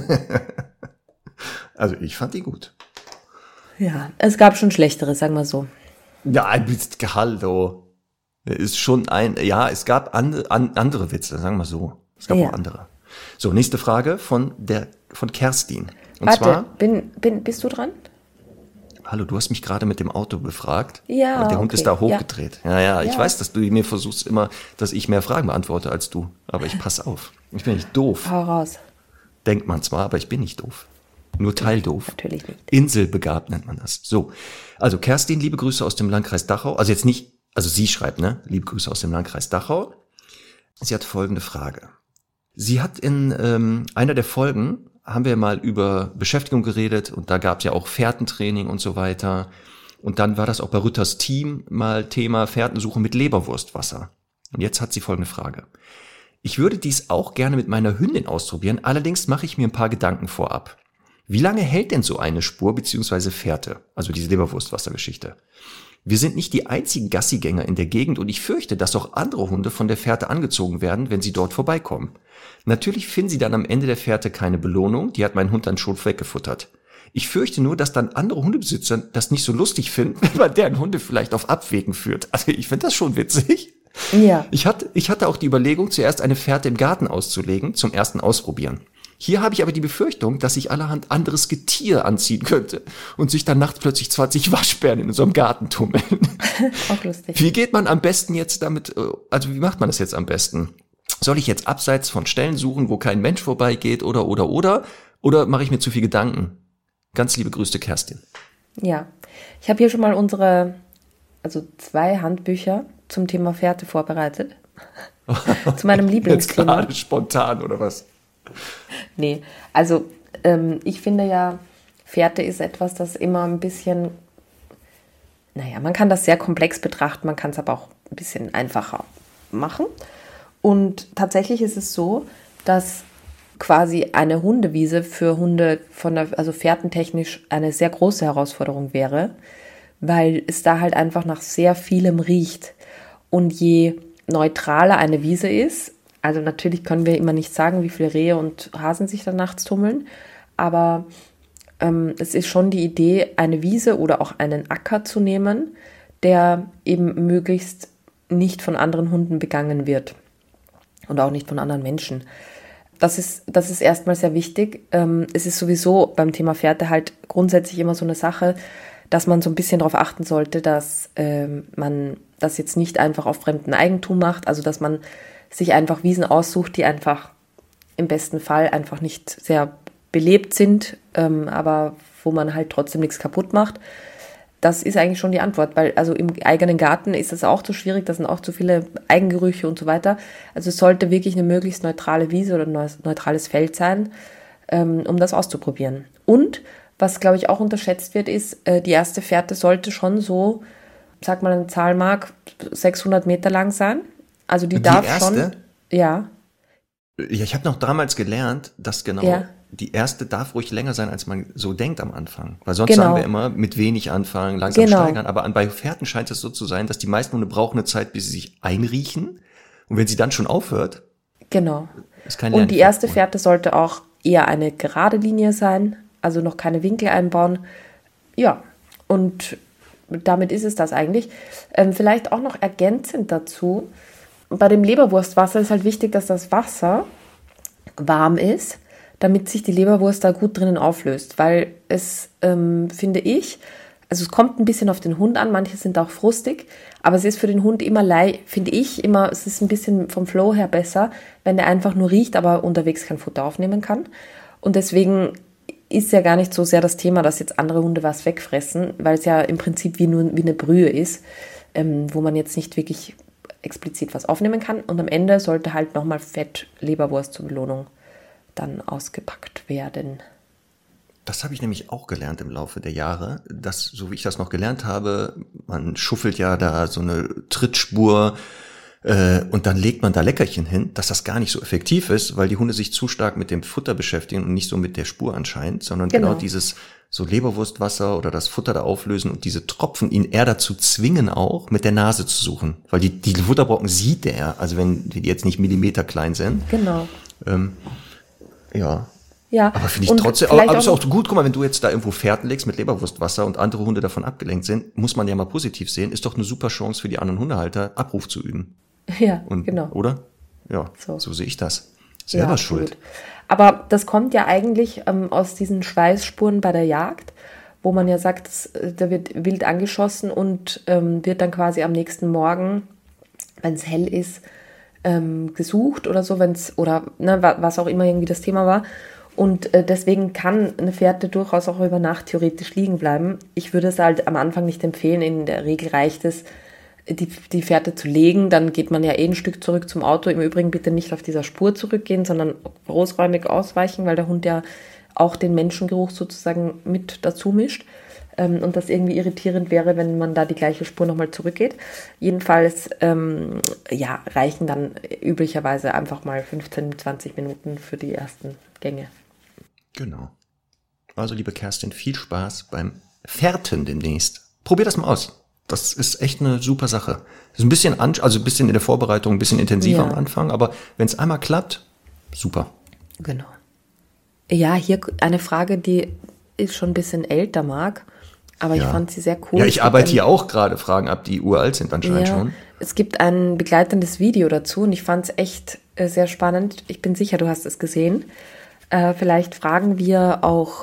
Also ich fand die gut. Ja, es gab schon schlechtere, sagen wir so. Ja, ein bisschen Hallo. Ist schon es gab andere Witze, sagen wir so. Es gab auch andere. So, nächste Frage von Kerstin. Und zwar, bist du dran? Hallo, du hast mich gerade mit dem Auto befragt. Ja, und der Hund ist da hochgedreht. Ja, ich Ja. weiß, dass du mir versuchst immer, dass ich mehr Fragen beantworte als du. Aber ich pass auf. Ich bin nicht doof. Hau raus. Denkt man zwar, aber ich bin nicht doof. Nur teildoof. Natürlich nicht. Inselbegabt nennt man das. So. Also Kerstin, liebe Grüße aus dem Landkreis Dachau. Also jetzt nicht, also sie schreibt, ne? Liebe Grüße aus dem Landkreis Dachau. Sie hat folgende Frage. Sie hat in einer der Folgen, haben wir mal über Beschäftigung geredet und da gab es ja auch Fährtentraining und so weiter. Und dann war das auch bei Rütters Team mal Thema Fährtensuche mit Leberwurstwasser. Und jetzt hat sie folgende Frage. Ich würde dies auch gerne mit meiner Hündin ausprobieren, allerdings mache ich mir ein paar Gedanken vorab. Wie lange hält denn so eine Spur bzw. Fährte, also diese Leberwurstwassergeschichte? Wir sind nicht die einzigen Gassigänger in der Gegend und ich fürchte, dass auch andere Hunde von der Fährte angezogen werden, wenn sie dort vorbeikommen. Natürlich finden sie dann am Ende der Fährte keine Belohnung, die hat mein Hund dann schon weggefuttert. Ich fürchte nur, dass dann andere Hundebesitzer das nicht so lustig finden, wenn man deren Hunde vielleicht auf Abwägen führt. Also ich finde das schon witzig. Ja. Ich hatte auch die Überlegung, zuerst eine Fährte im Garten auszulegen, zum ersten Ausprobieren. Hier habe ich aber die Befürchtung, dass sich allerhand anderes Getier anziehen könnte und sich dann nachts plötzlich 20 Waschbären in unserem Garten tummeln. Auch lustig. Wie geht man am besten jetzt damit, also wie macht man das jetzt am besten? Soll ich jetzt abseits von Stellen suchen, wo kein Mensch vorbeigeht oder mache ich mir zu viel Gedanken? Ganz liebe Grüße, Kerstin. Ja, ich habe hier schon mal 2 Handbücher zum Thema Fährte vorbereitet. Zu meinem Lieblingsthema. Jetzt gerade spontan, oder was? Nee, also ich finde ja, Fährte ist etwas, das immer ein bisschen, man kann das sehr komplex betrachten, man kann es aber auch ein bisschen einfacher machen. Und tatsächlich ist es so, dass quasi eine Hundewiese für Hunde also fährtentechnisch eine sehr große Herausforderung wäre, weil es da halt einfach nach sehr vielem riecht. Und je neutraler eine Wiese ist, also natürlich können wir immer nicht sagen, wie viele Rehe und Hasen sich da nachts tummeln, aber es ist schon die Idee, eine Wiese oder auch einen Acker zu nehmen, der eben möglichst nicht von anderen Hunden begangen wird und auch nicht von anderen Menschen. Das ist erstmal sehr wichtig. Es ist sowieso beim Thema Fährte halt grundsätzlich immer so eine Sache, dass man so ein bisschen darauf achten sollte, dass man das jetzt nicht einfach auf fremdem Eigentum macht, also dass man sich einfach Wiesen aussucht, die einfach im besten Fall einfach nicht sehr belebt sind, aber wo man halt trotzdem nichts kaputt macht. Das ist eigentlich schon die Antwort, weil also im eigenen Garten ist das auch zu schwierig, da sind auch zu viele Eigengerüche und so weiter. Also es sollte wirklich eine möglichst neutrale Wiese oder ein neutrales Feld sein, um das auszuprobieren. Und was, glaube ich, auch unterschätzt wird, ist, die erste Fährte sollte schon so, sag mal eine Zahl mag, 600 Meter lang sein. Also die darf erste? Schon. Ja. Ja, ich habe noch damals gelernt, dass die erste darf ruhig länger sein, als man so denkt am Anfang. Weil sonst sagen wir immer, mit wenig anfangen, langsam steigern. Aber bei Fährten scheint es so zu sein, dass die meisten Hunde brauchen eine Zeit, bis sie sich einriechen. Und wenn sie dann schon aufhört, ist kein Lerneffekt. Und die erste Fährte sollte auch eher eine gerade Linie sein, also noch keine Winkel einbauen. Ja, und damit ist es das eigentlich. Vielleicht auch noch ergänzend dazu, bei dem Leberwurstwasser ist halt wichtig, dass das Wasser warm ist, damit sich die Leberwurst da gut drinnen auflöst, weil es, finde ich, also es kommt ein bisschen auf den Hund an, manche sind auch frustig, aber es ist für den Hund finde ich immer, es ist ein bisschen vom Flow her besser, wenn der einfach nur riecht, aber unterwegs kein Futter aufnehmen kann. Und deswegen ist ja gar nicht so sehr das Thema, dass jetzt andere Hunde was wegfressen, weil es ja im Prinzip wie eine Brühe ist, wo man jetzt nicht wirklich explizit was aufnehmen kann. Und am Ende sollte halt nochmal Fett-Leberwurst zur Belohnung dann ausgepackt werden. Das habe ich nämlich auch gelernt im Laufe der Jahre, dass, so wie ich das noch gelernt habe, man schuffelt ja da so eine Trittspur und dann legt man da Leckerchen hin, dass das gar nicht so effektiv ist, weil die Hunde sich zu stark mit dem Futter beschäftigen und nicht so mit der Spur anscheinend, sondern genau dieses so Leberwurstwasser oder das Futter da auflösen und diese Tropfen ihn eher dazu zwingen auch, mit der Nase zu suchen. Weil die Futterbrocken sieht er, also wenn die jetzt nicht Millimeter klein sind. Genau. Ja. Ja. Aber finde ich trotzdem, aber ist auch gut, guck mal, wenn du jetzt da irgendwo Fährten legst mit Leberwurstwasser und andere Hunde davon abgelenkt sind, muss man ja mal positiv sehen, ist doch eine super Chance für die anderen Hundehalter, Abruf zu üben. Ja, und, genau. Oder? Ja, so sehe ich das. Selber schuld. Gut. Aber das kommt ja eigentlich aus diesen Schweißspuren bei der Jagd, wo man ja sagt, da wird wild angeschossen und wird dann quasi am nächsten Morgen, wenn es hell ist, gesucht oder so, was auch immer irgendwie das Thema war. Und deswegen kann eine Fährte durchaus auch über Nacht theoretisch liegen bleiben. Ich würde es halt am Anfang nicht empfehlen. In der Regel reicht es, die Fährte zu legen. Dann geht man ja ein Stück zurück zum Auto. Im Übrigen bitte nicht auf dieser Spur zurückgehen, sondern großräumig ausweichen, weil der Hund ja auch den Menschengeruch sozusagen mit dazu mischt. Und das irgendwie irritierend wäre, wenn man da die gleiche Spur nochmal zurückgeht. Jedenfalls reichen dann üblicherweise einfach mal 15, 20 Minuten für die ersten Gänge. Genau. Also, liebe Kerstin, viel Spaß beim Fährten demnächst. Probier das mal aus. Das ist echt eine super Sache. Das ist ein bisschen, ein bisschen in der Vorbereitung, ein bisschen intensiver am Anfang, aber wenn es einmal klappt, super. Genau. Ja, hier eine Frage, die ist schon ein bisschen älter, Marc, aber ich fand sie sehr cool. Ja, ich arbeite hier auch gerade Fragen ab, die uralt sind anscheinend schon. Es gibt ein begleitendes Video dazu und ich fand es echt sehr spannend. Ich bin sicher, du hast es gesehen. Vielleicht fragen wir auch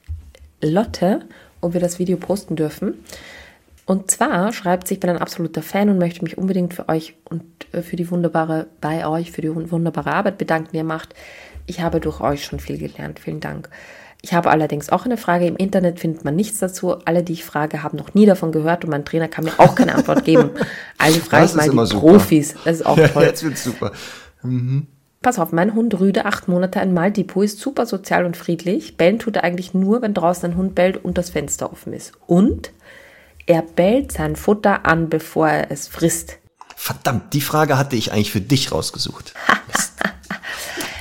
Lotte, ob wir das Video posten dürfen. Und zwar schreibt sie, ich bin ein absoluter Fan und möchte mich unbedingt für euch und für die wunderbare Arbeit bedanken, die ihr macht. Ich habe durch euch schon viel gelernt. Vielen Dank. Ich habe allerdings auch eine Frage. Im Internet findet man nichts dazu. Alle, die ich frage, haben noch nie davon gehört und mein Trainer kann mir auch keine Antwort geben. Also frage ich mal die Profis. Das ist auch toll. Jetzt wird's super. Mhm. Pass auf, mein Hund Rüde, 8 Monate, ein Maltipoo, ist super sozial und friedlich. Bellen tut er eigentlich nur, wenn draußen ein Hund bellt und das Fenster offen ist. Und er bellt sein Futter an, bevor er es frisst. Verdammt, die Frage hatte ich eigentlich für dich rausgesucht.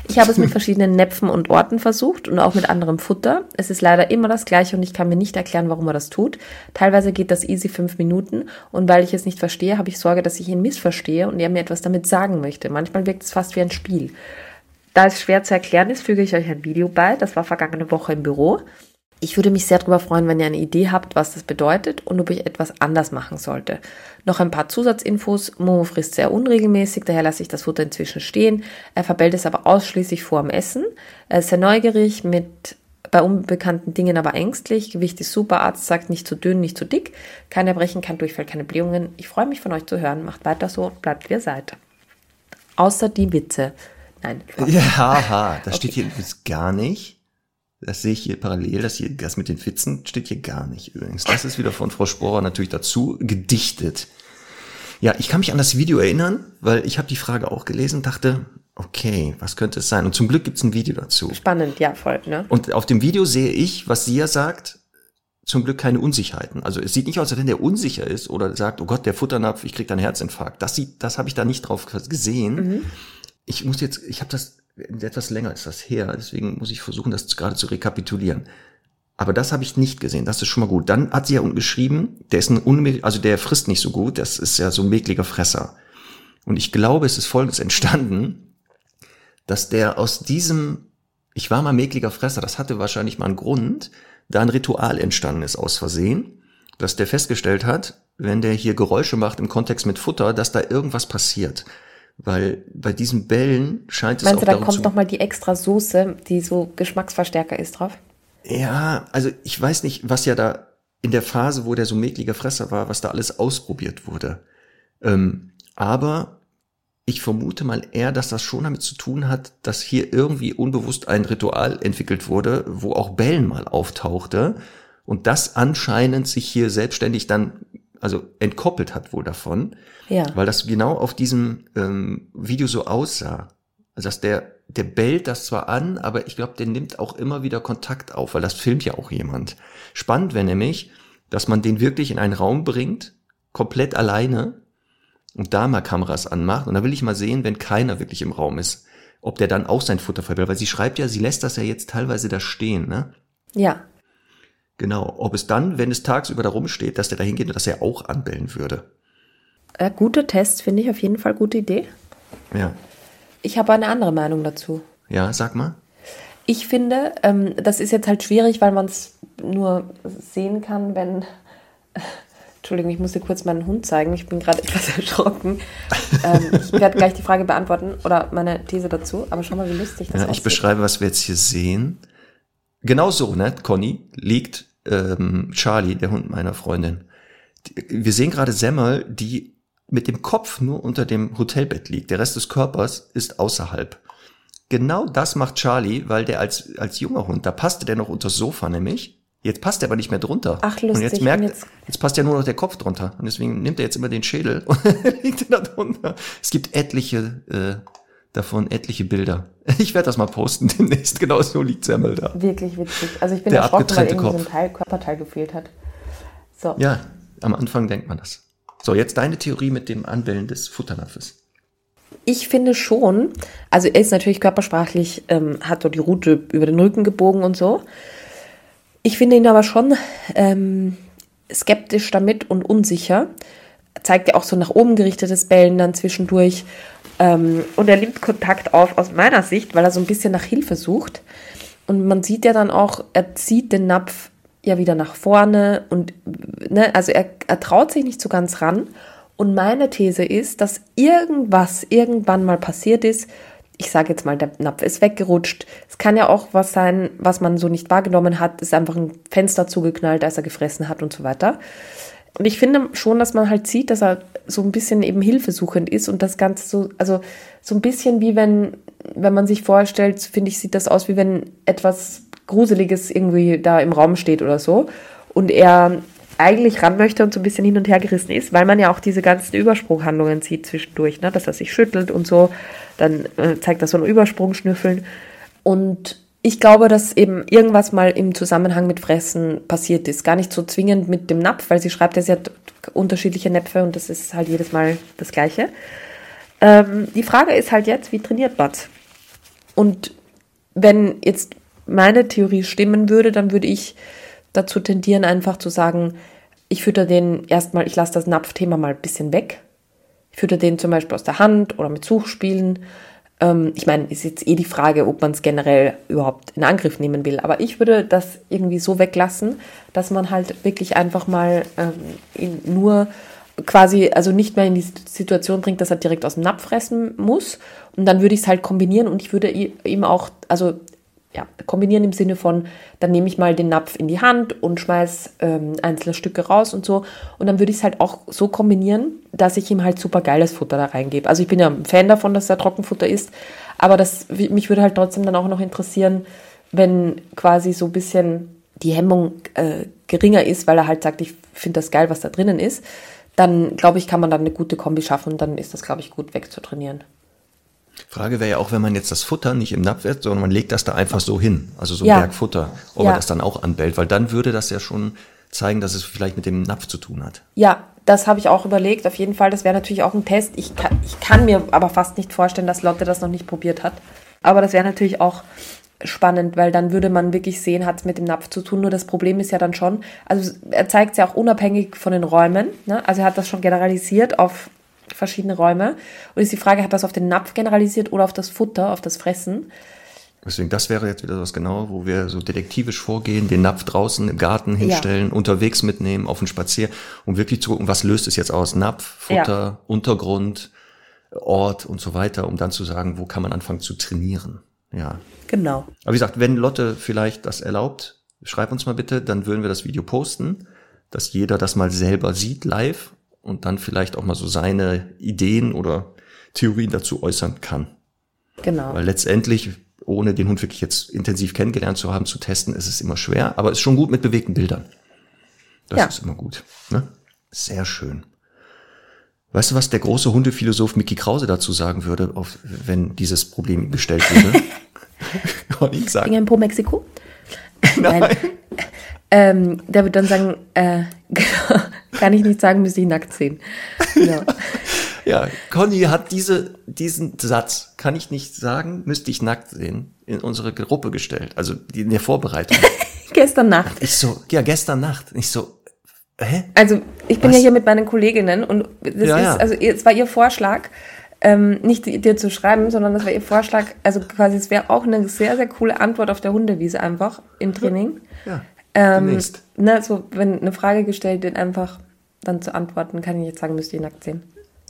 Ich habe es mit verschiedenen Näpfen und Orten versucht und auch mit anderem Futter. Es ist leider immer das Gleiche und ich kann mir nicht erklären, warum er das tut. Teilweise geht das easy 5 Minuten und weil ich es nicht verstehe, habe ich Sorge, dass ich ihn missverstehe und er mir etwas damit sagen möchte. Manchmal wirkt es fast wie ein Spiel. Da es schwer zu erklären ist, füge ich euch ein Video bei. Das war vergangene Woche im Büro. Ich würde mich sehr darüber freuen, wenn ihr eine Idee habt, was das bedeutet und ob ich etwas anders machen sollte. Noch ein paar Zusatzinfos. Momo frisst sehr unregelmäßig, daher lasse ich das Futter inzwischen stehen. Er verbellt es aber ausschließlich vor dem Essen. Er ist sehr neugierig, bei unbekannten Dingen aber ängstlich. Gewicht ist super, Arzt sagt nicht zu dünn, nicht zu dick. Kein Erbrechen, kein Durchfall, keine Blähungen. Ich freue mich von euch zu hören. Macht weiter so und bleibt wie ihr seid. Außer die Witze. Nein. Ja, haha, das steht hier übrigens gar nicht. Das sehe ich hier parallel, das mit den Witzen steht hier gar nicht übrigens. Das ist wieder von Frau Sporer natürlich dazu gedichtet. Ja, ich kann mich an das Video erinnern, weil ich habe die Frage auch gelesen und dachte, okay, was könnte es sein? Und zum Glück gibt's ein Video dazu. Spannend, ja, voll, ne? Und auf dem Video sehe ich, was sie ja sagt, zum Glück keine Unsicherheiten. Also es sieht nicht aus, als wenn der unsicher ist oder sagt, oh Gott, der Futternapf, ich krieg da einen Herzinfarkt. Das habe ich da nicht drauf gesehen. Mhm. Ich habe das etwas länger ist das her, deswegen muss ich versuchen, das gerade zu rekapitulieren. Aber das habe ich nicht gesehen, das ist schon mal gut. Dann hat sie ja unten geschrieben, der frisst nicht so gut, das ist ja so ein mäkliger Fresser. Und ich glaube, es ist Folgendes entstanden, dass der aus diesem, ich war mal mäkliger Fresser, das hatte wahrscheinlich mal einen Grund, da ein Ritual entstanden ist aus Versehen, dass der festgestellt hat, wenn der hier Geräusche macht im Kontext mit Futter, dass da irgendwas passiert. Weil bei diesen Bällen scheint es auch darum zu... Meinst du, da kommt nochmal die extra Soße, die so Geschmacksverstärker ist, drauf? Ja, also ich weiß nicht, was ja da in der Phase, wo der so mäkliger Fresser war, was da alles ausprobiert wurde. Aber ich vermute mal eher, dass das schon damit zu tun hat, dass hier irgendwie unbewusst ein Ritual entwickelt wurde, wo auch Bellen mal auftauchte und das anscheinend sich hier selbstständig dann entkoppelt hat wohl davon, ja. Weil das genau auf diesem Video so aussah. Also dass der bellt das zwar an, aber ich glaube, der nimmt auch immer wieder Kontakt auf, weil das filmt ja auch jemand. Spannend wäre nämlich, dass man den wirklich in einen Raum bringt, komplett alleine und da mal Kameras anmacht und da will ich mal sehen, wenn keiner wirklich im Raum ist, ob der dann auch sein Futter verbellt, weil sie schreibt ja, sie lässt das ja jetzt teilweise da stehen, ne? Ja. Genau, ob es dann, wenn es tagsüber da rumsteht, dass der da hingeht und dass er auch anbellen würde. Gute Tests, finde ich auf jeden Fall gute Idee. Ja. Ich habe eine andere Meinung dazu. Ja, sag mal. Ich finde, das ist jetzt halt schwierig, weil man es nur sehen kann, wenn... Entschuldigung, ich muss dir kurz meinen Hund zeigen. Ich bin gerade etwas erschrocken. Ich werde gleich die Frage beantworten oder meine These dazu. Aber schau mal, wie lustig das aussieht. Ich beschreibe, was wir jetzt hier sehen. Genau so, ne, Conny, liegt Charlie, der Hund meiner Freundin. Wir sehen gerade Semmel, die mit dem Kopf nur unter dem Hotelbett liegt. Der Rest des Körpers ist außerhalb. Genau das macht Charlie, weil der als junger Hund, da passte der noch unters Sofa nämlich. Jetzt passt er aber nicht mehr drunter. Ach, lustig. Und jetzt passt ja nur noch der Kopf drunter. Und deswegen nimmt er jetzt immer den Schädel und liegt da drunter. Es gibt etliche Bilder. Ich werde das mal posten demnächst. Genau so liegt Semmel da. Wirklich witzig. Also ich bin erschrocken, weil irgendwie so ein Körperteil gefehlt hat. So. Ja, am Anfang denkt man das. So, jetzt deine Theorie mit dem Anbellen des Futternapfes. Ich finde schon, also er ist natürlich körpersprachlich, hat dort die Rute über den Rücken gebogen und so. Ich finde ihn aber schon skeptisch damit und unsicher. Zeigt ja auch so nach oben gerichtetes Bellen dann zwischendurch. Und er nimmt Kontakt auf, aus meiner Sicht, weil er so ein bisschen nach Hilfe sucht. Und man sieht ja dann auch, er zieht den Napf ja wieder nach vorne. Und ne, also er traut sich nicht so ganz ran. Und meine These ist, dass irgendwann mal passiert ist. Ich sage jetzt mal, der Napf ist weggerutscht. Es kann ja auch was sein, was man so nicht wahrgenommen hat. Ist einfach ein Fenster zugeknallt, als er gefressen hat und so weiter. Und ich finde schon, dass man halt sieht, dass er so ein bisschen eben hilfesuchend ist und das Ganze so, also so ein bisschen wie wenn man sich vorstellt, finde ich, sieht das aus, wie wenn etwas Gruseliges irgendwie da im Raum steht oder so und er eigentlich ran möchte und so ein bisschen hin und her gerissen ist, weil man ja auch diese ganzen Übersprunghandlungen sieht zwischendurch, ne, dass er sich schüttelt und so, dann zeigt das so einen Übersprung schnüffeln und ich glaube, dass eben irgendwas mal im Zusammenhang mit Fressen passiert ist. Gar nicht so zwingend mit dem Napf, weil sie schreibt, sie hat unterschiedliche Näpfe und das ist halt jedes Mal das Gleiche. Die Frage ist halt jetzt, wie trainiert man's? Und wenn jetzt meine Theorie stimmen würde, dann würde ich dazu tendieren, einfach zu sagen, ich fütter den erstmal, ich lasse das Napfthema mal ein bisschen weg. Ich fütter den zum Beispiel aus der Hand oder mit Suchspielen. Ich meine, ist jetzt die Frage, ob man es generell überhaupt in Angriff nehmen will. Aber ich würde das irgendwie so weglassen, dass man halt wirklich einfach mal ihn nur quasi, also nicht mehr in die Situation bringt, dass er direkt aus dem Napf fressen muss. Und dann würde ich es halt kombinieren und ich würde ihm auch, also ja, kombinieren im Sinne von, dann nehme ich mal den Napf in die Hand und schmeiß einzelne Stücke raus und so. Und dann würde ich es halt auch so kombinieren, dass ich ihm halt super geiles Futter da reingebe. Also ich bin ja ein Fan davon, dass er Trockenfutter isst, aber mich würde halt trotzdem dann auch noch interessieren, wenn quasi so ein bisschen die Hemmung geringer ist, weil er halt sagt, ich finde das geil, was da drinnen ist, dann glaube ich, kann man dann eine gute Kombi schaffen und dann ist das, glaube ich, gut wegzutrainieren. Frage wäre ja auch, wenn man jetzt das Futter nicht im Napf wird, sondern man legt das da einfach so hin, also so ein Berg Futter, ob er das dann auch anbellt, weil dann würde das ja schon zeigen, dass es vielleicht mit dem Napf zu tun hat. Ja, das habe ich auch überlegt, auf jeden Fall, das wäre natürlich auch ein Test. Ich kann mir aber fast nicht vorstellen, dass Lotte das noch nicht probiert hat, aber das wäre natürlich auch spannend, weil dann würde man wirklich sehen, hat es mit dem Napf zu tun, nur das Problem ist ja dann schon, also er zeigt es ja auch unabhängig von den Räumen, ne? Also er hat das schon generalisiert auf verschiedene Räume. Und ist die Frage, hat das auf den Napf generalisiert oder auf das Futter, auf das Fressen? Deswegen, das wäre jetzt wieder was genau, wo wir so detektivisch vorgehen, den Napf draußen im Garten hinstellen, unterwegs mitnehmen, auf den Spazier, um wirklich zu gucken, was löst es jetzt aus? Napf, Futter, Untergrund, Ort und so weiter, um dann zu sagen, wo kann man anfangen zu trainieren. Ja. Genau. Aber wie gesagt, wenn Lotte vielleicht das erlaubt, schreib uns mal bitte, dann würden wir das Video posten, dass jeder das mal selber sieht live und dann vielleicht auch mal so seine Ideen oder Theorien dazu äußern kann. Genau. Weil letztendlich, ohne den Hund wirklich jetzt intensiv kennengelernt zu haben, zu testen, ist es immer schwer, aber es ist schon gut mit bewegten Bildern. Das ist immer gut. Ne? Sehr schön. Weißt du, was der große Hundephilosoph Mickey Krause dazu sagen würde, wenn dieses Problem gestellt würde? Kann ich sagen. Finger in Po Mexiko? Nein. Der wird dann sagen, kann ich nicht sagen, müsste ich nackt sehen. Genau. Ja, Conny hat diesen Satz, kann ich nicht sagen, müsste ich nackt sehen, in unsere Gruppe gestellt, also in der Vorbereitung. Gestern Nacht. Ich so, ja, gestern Nacht. Ich so, hä? Also ich bin ja hier mit meinen Kolleginnen und also es war ihr Vorschlag, nicht dir zu schreiben, sondern das war ihr Vorschlag, also quasi es wäre auch eine sehr, sehr coole Antwort auf der Hundewiese einfach im Training. Ja. Ne, so, wenn eine Frage gestellt wird, einfach dann zu antworten, kann ich jetzt sagen, müsst ihr nackt sehen.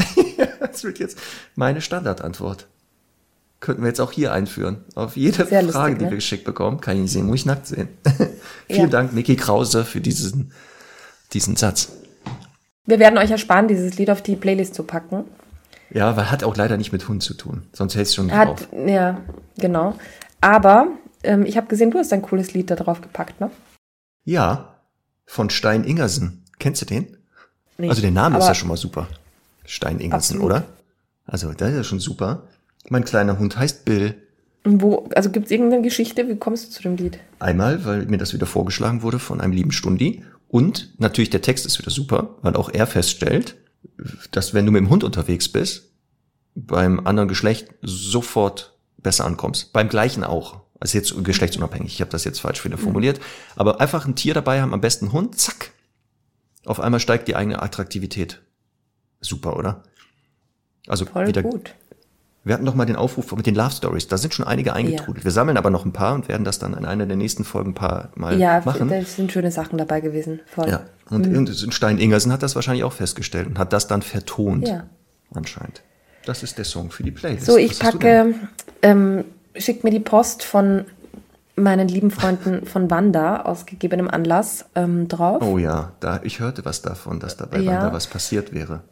Das wird jetzt meine Standardantwort. Könnten wir jetzt auch hier einführen. Auf jede Sehr Frage, lustig, die ne? wir geschickt bekommen, kann ich nicht sehen, muss ich nackt sehen. Vielen Dank, Mickey Krause, für diesen Satz. Wir werden euch ersparen, dieses Lied auf die Playlist zu packen. Ja, weil hat auch leider nicht mit Hund zu tun. Sonst hält es schon drauf. Ja, genau. Aber ich habe gesehen, du hast ein cooles Lied da drauf gepackt, ne? Ja, von Stein Ingersen. Kennst du den? Nee, also der Name ist ja schon mal super. Stein Ingersen, absolut. Oder? Also das ist ja schon super. Mein kleiner Hund heißt Bill. Also gibt es irgendeine Geschichte? Wie kommst du zu dem Lied? Einmal, weil mir das wieder vorgeschlagen wurde von einem lieben Stundi. Und natürlich der Text ist wieder super, weil auch er feststellt, dass wenn du mit dem Hund unterwegs bist, beim anderen Geschlecht sofort besser ankommst. Beim gleichen auch. Also jetzt geschlechtsunabhängig. Ich habe das jetzt falsch wieder formuliert. Aber einfach ein Tier dabei haben, am besten einen Hund, zack. Auf einmal steigt die eigene Attraktivität. Super, oder? Also voll wieder gut. Wir hatten doch mal den Aufruf mit den Love Stories. Da sind schon einige eingetrudelt. Ja. Wir sammeln aber noch ein paar und werden das dann in einer der nächsten Folgen ein paar Mal machen. Ja, da sind schöne Sachen dabei gewesen. Voll. Ja, und Stein Ingersen hat das wahrscheinlich auch festgestellt und hat das dann vertont. Ja. Anscheinend. Das ist der Song für die Playlist. So, ich packe, schickt mir die Post von meinen lieben Freunden von Wanda aus gegebenem Anlass drauf. Oh ja, ich hörte was davon, dass da bei Wanda was passiert wäre.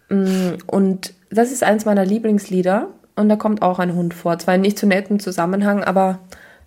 Und das ist eins meiner Lieblingslieder und da kommt auch ein Hund vor. Zwar in nicht so netten Zusammenhang, aber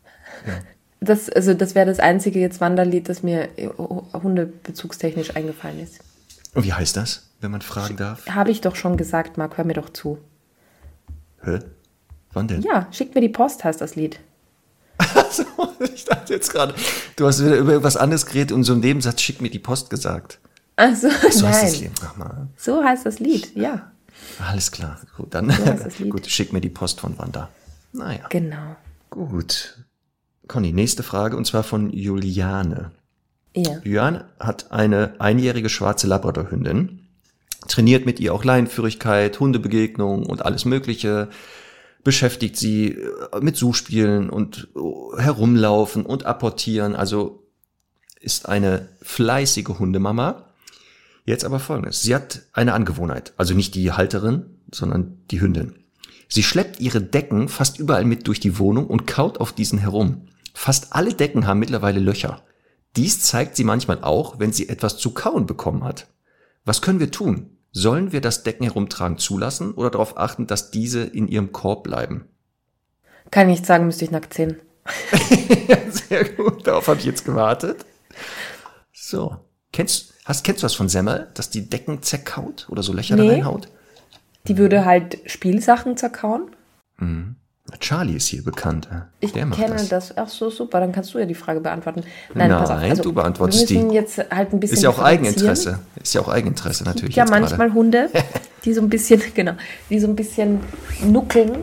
das wäre das einzige jetzt Wanderlied, das mir hundebezugstechnisch eingefallen ist. Und wie heißt das, wenn man fragen darf? Habe ich doch schon gesagt, Marc, hör mir doch zu. Hä? Wann denn? Ja, schickt mir die Post, heißt das Lied. Also, ich dachte jetzt gerade, du hast wieder über was anderes geredet und so im Nebensatz schickt mir die Post gesagt. Also, so nein. Heißt das Lied. Ach mal. So heißt das Lied, ja. Alles klar. Gut, dann So heißt das Lied. Gut, schick mir die Post von Wanda. Naja. Genau. Gut. Conny, nächste Frage, und zwar von Juliane. Ja. Juliane hat eine einjährige schwarze Labrador-Hündin, trainiert mit ihr auch Leinenführigkeit, Hundebegegnungen und alles Mögliche, beschäftigt sie mit Suchspielen und herumlaufen und apportieren, also ist eine fleißige Hundemama. Jetzt aber Folgendes, sie hat eine Angewohnheit, also nicht die Halterin, sondern die Hündin. Sie schleppt ihre Decken fast überall mit durch die Wohnung und kaut auf diesen herum. Fast alle Decken haben mittlerweile Löcher. Dies zeigt sie manchmal auch, wenn sie etwas zu kauen bekommen hat. Was können wir tun? Sollen wir das Decken herumtragen zulassen oder darauf achten, dass diese in ihrem Korb bleiben? Kann ich nicht sagen, müsste ich nackt sehen. Sehr gut, darauf habe ich jetzt gewartet. So, kennst du was von Semmel, dass die Decken zerkaut oder so Löcher da reinhaut? Die würde halt Spielsachen zerkauen. Mhm. Charlie ist hier bekannt. Ich kenne das. Ach so, super, dann kannst du ja die Frage beantworten. Nein, pass auf. Also, du beantwortest die. Wir müssen jetzt halt ein bisschen Ist ja auch Eigeninteresse. Ist ja auch Eigeninteresse natürlich. Ja, manchmal gerade Hunde, die so ein bisschen, nuckeln,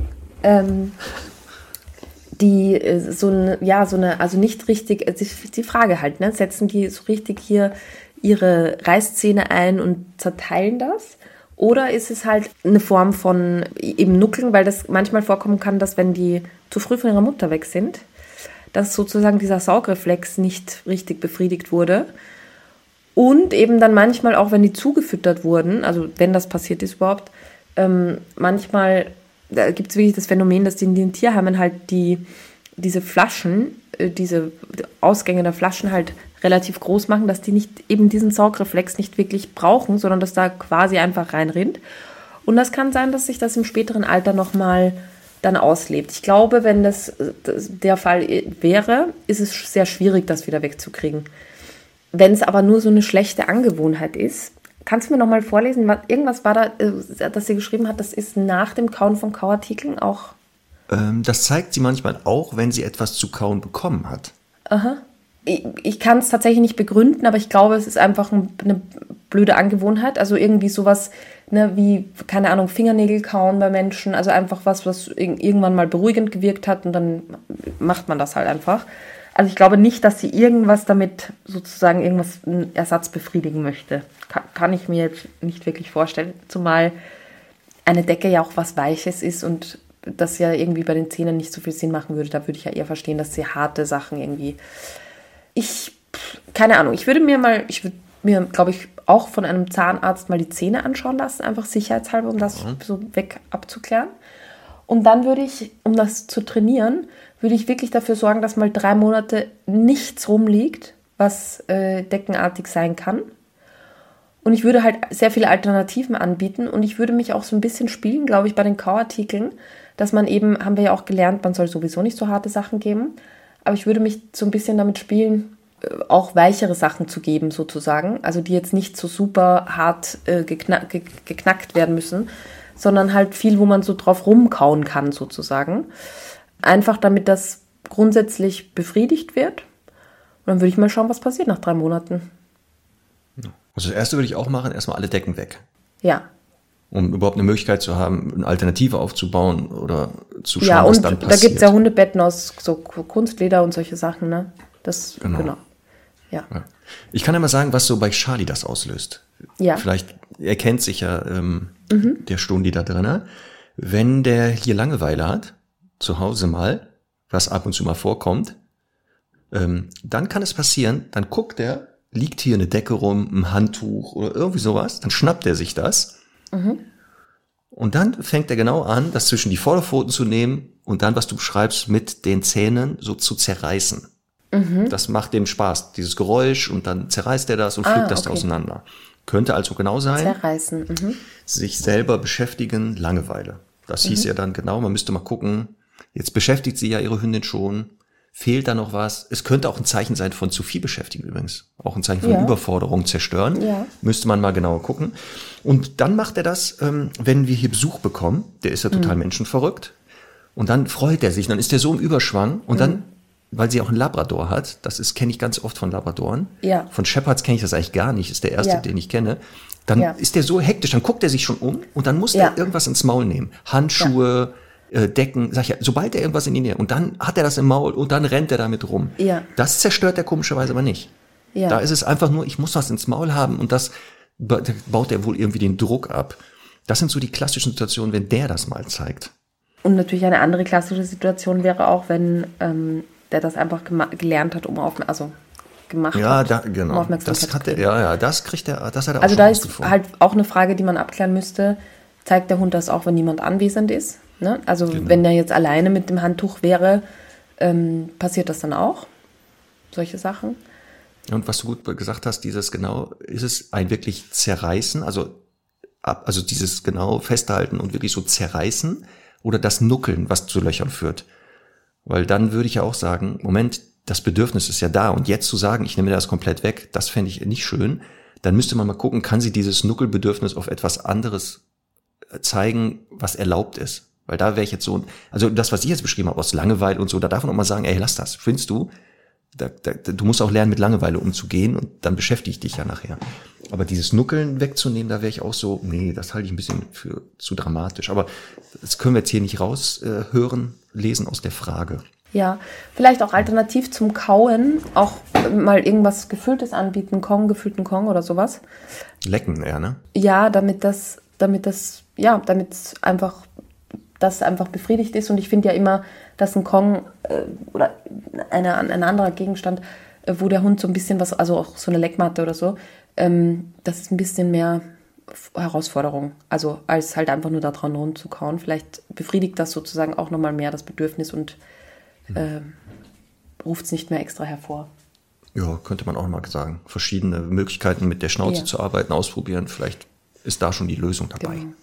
die also nicht richtig, die Frage halt, ne, setzen die so richtig hier ihre Reißzähne ein und zerteilen das? Oder ist es halt eine Form von eben Nuckeln, weil das manchmal vorkommen kann, dass wenn die zu früh von ihrer Mutter weg sind, dass sozusagen dieser Saugreflex nicht richtig befriedigt wurde. Und eben dann manchmal auch, wenn die zugefüttert wurden, also wenn das passiert ist überhaupt, manchmal gibt es wirklich das Phänomen, dass die in den Tierheimen halt diese Flaschen, diese Ausgänge der Flaschen halt relativ groß machen, dass die nicht eben diesen Saugreflex nicht wirklich brauchen, sondern dass da quasi einfach reinrinnt. Und das kann sein, dass sich das im späteren Alter nochmal dann auslebt. Ich glaube, wenn das der Fall wäre, ist es sehr schwierig, das wieder wegzukriegen. Wenn es aber nur so eine schlechte Angewohnheit ist, kannst du mir nochmal vorlesen, irgendwas war da, dass sie geschrieben hat, das ist nach dem Kauen von Kauartikeln auch? Das zeigt sie manchmal auch, wenn sie etwas zu kauen bekommen hat. Aha. Ich kann es tatsächlich nicht begründen, aber ich glaube, es ist einfach eine blöde Angewohnheit. Also irgendwie sowas, ne, wie, keine Ahnung, Fingernägel kauen bei Menschen. Also einfach was irgendwann mal beruhigend gewirkt hat und dann macht man das halt einfach. Also ich glaube nicht, dass sie irgendwas damit sozusagen einen Ersatz befriedigen möchte. Kann ich mir jetzt nicht wirklich vorstellen. Zumal eine Decke ja auch was Weiches ist und das ja irgendwie bei den Zähnen nicht so viel Sinn machen würde. Da würde ich ja eher verstehen, dass sie harte Sachen irgendwie... keine Ahnung, ich würde mir, glaube ich, auch von einem Zahnarzt mal die Zähne anschauen lassen, einfach sicherheitshalber, um das so weg abzuklären. Und dann würde ich, um das zu trainieren, würde ich wirklich dafür sorgen, dass mal 3 Monate nichts rumliegt, was deckenartig sein kann. Und ich würde halt sehr viele Alternativen anbieten und ich würde mich auch so ein bisschen spielen, glaube ich, bei den Kauartikeln, dass man eben, haben wir ja auch gelernt, man soll sowieso nicht so harte Sachen geben, aber ich würde mich so ein bisschen damit spielen, auch weichere Sachen zu geben sozusagen, also die jetzt nicht so super hart geknackt werden müssen, sondern halt viel, wo man so drauf rumkauen kann sozusagen. Einfach damit das grundsätzlich befriedigt wird. Und dann würde ich mal schauen, was passiert nach 3 Monaten. Also das Erste würde ich auch machen, erstmal alle Decken weg. Ja. Um überhaupt eine Möglichkeit zu haben, eine Alternative aufzubauen oder zu schauen, was dann passiert. Da gibt es ja Hundebetten aus so Kunstleder und solche Sachen, ne? Das, genau. Ja. Ich kann ja mal sagen, was so bei Charlie das auslöst. Ja. Vielleicht erkennt sich ja der Stundi da drin. Wenn der hier Langeweile hat, zu Hause mal, was ab und zu mal vorkommt, dann kann es passieren, dann guckt er, liegt hier eine Decke rum, ein Handtuch oder irgendwie sowas, dann schnappt er sich das und dann fängt er genau an, das zwischen die Vorderpfoten zu nehmen und dann, was du beschreibst, mit den Zähnen so zu zerreißen. Das macht dem Spaß, dieses Geräusch, und dann zerreißt er das und pflückt das da auseinander. Könnte also genau sein, zerreißen. Sich selber beschäftigen, Langeweile. Das hieß ja dann genau, man müsste mal gucken, jetzt beschäftigt sie ja ihre Hündin schon, fehlt da noch was? Es könnte auch ein Zeichen sein von zu viel Beschäftigung übrigens, auch ein Zeichen von Überforderung, zerstören. Ja. Müsste man mal genauer gucken. Und dann macht er das, wenn wir hier Besuch bekommen, der ist ja total menschenverrückt, und dann freut er sich, dann ist er so im Überschwang und dann, weil sie auch einen Labrador hat, kenne ich ganz oft von Labradoren. Ja. Von Shepherds kenne ich das eigentlich gar nicht, ist der erste, den ich kenne. Dann ist der so hektisch, dann guckt er sich schon um und dann muss er irgendwas ins Maul nehmen. Handschuhe, Decken, sag ich ja, sobald er irgendwas in die Nähe, und dann hat er das im Maul und dann rennt er damit rum. Ja. Das zerstört er komischerweise aber nicht. Ja. Da ist es einfach nur, ich muss was ins Maul haben und das baut er wohl irgendwie den Druck ab. Das sind so die klassischen Situationen, wenn der das mal zeigt. Und natürlich eine andere klassische Situation wäre auch, wenn der das einfach gelernt hat, gemacht ja, hat, genau. um Aufmerksamkeit Das hat zu kriegen. das kriegt er, das hat er auch Also schon da ist rausgefunden. halt auch eine Frage, die man abklären müsste. Zeigt der Hund das auch, wenn niemand anwesend ist? Ne? Also wenn er jetzt alleine mit dem Handtuch wäre, passiert das dann auch? Solche Sachen? Und was du gut gesagt hast, ist es ein wirklich Zerreißen, also dieses genau Festhalten und wirklich so Zerreißen oder das Nuckeln, was zu Löchern führt. Weil dann würde ich ja auch sagen, Moment, das Bedürfnis ist ja da und jetzt zu sagen, ich nehme das komplett weg, das fände ich nicht schön. Dann müsste man mal gucken, kann sie dieses Nuckelbedürfnis auf etwas anderes zeigen, was erlaubt ist. Weil da wäre ich jetzt so, also das, was ich jetzt beschrieben habe, aus Langeweile und so, da darf man auch mal sagen, ey, lass das, findest du? Du musst auch lernen, mit Langeweile umzugehen und dann beschäftige dich ja nachher. Aber dieses Nuckeln wegzunehmen, da wäre ich auch so, nee, das halte ich ein bisschen für zu dramatisch. Aber das können wir jetzt hier nicht lesen aus der Frage. Ja, vielleicht auch alternativ zum Kauen auch mal irgendwas Gefülltes anbieten, gefüllten Kong oder sowas. Lecken eher, ne? Ja, damit einfach befriedigt ist. Und ich finde ja immer, dass ein Kong oder ein anderer Gegenstand, wo der Hund so ein bisschen was, also auch so eine Leckmatte oder so, das ist ein bisschen mehr Herausforderung. Also als halt einfach nur da dran rumzukauen. Vielleicht befriedigt das sozusagen auch nochmal mehr das Bedürfnis und ruft es nicht mehr extra hervor. Ja, könnte man auch mal sagen. Verschiedene Möglichkeiten mit der Schnauze zu arbeiten, ausprobieren. Vielleicht ist da schon die Lösung dabei. Genau.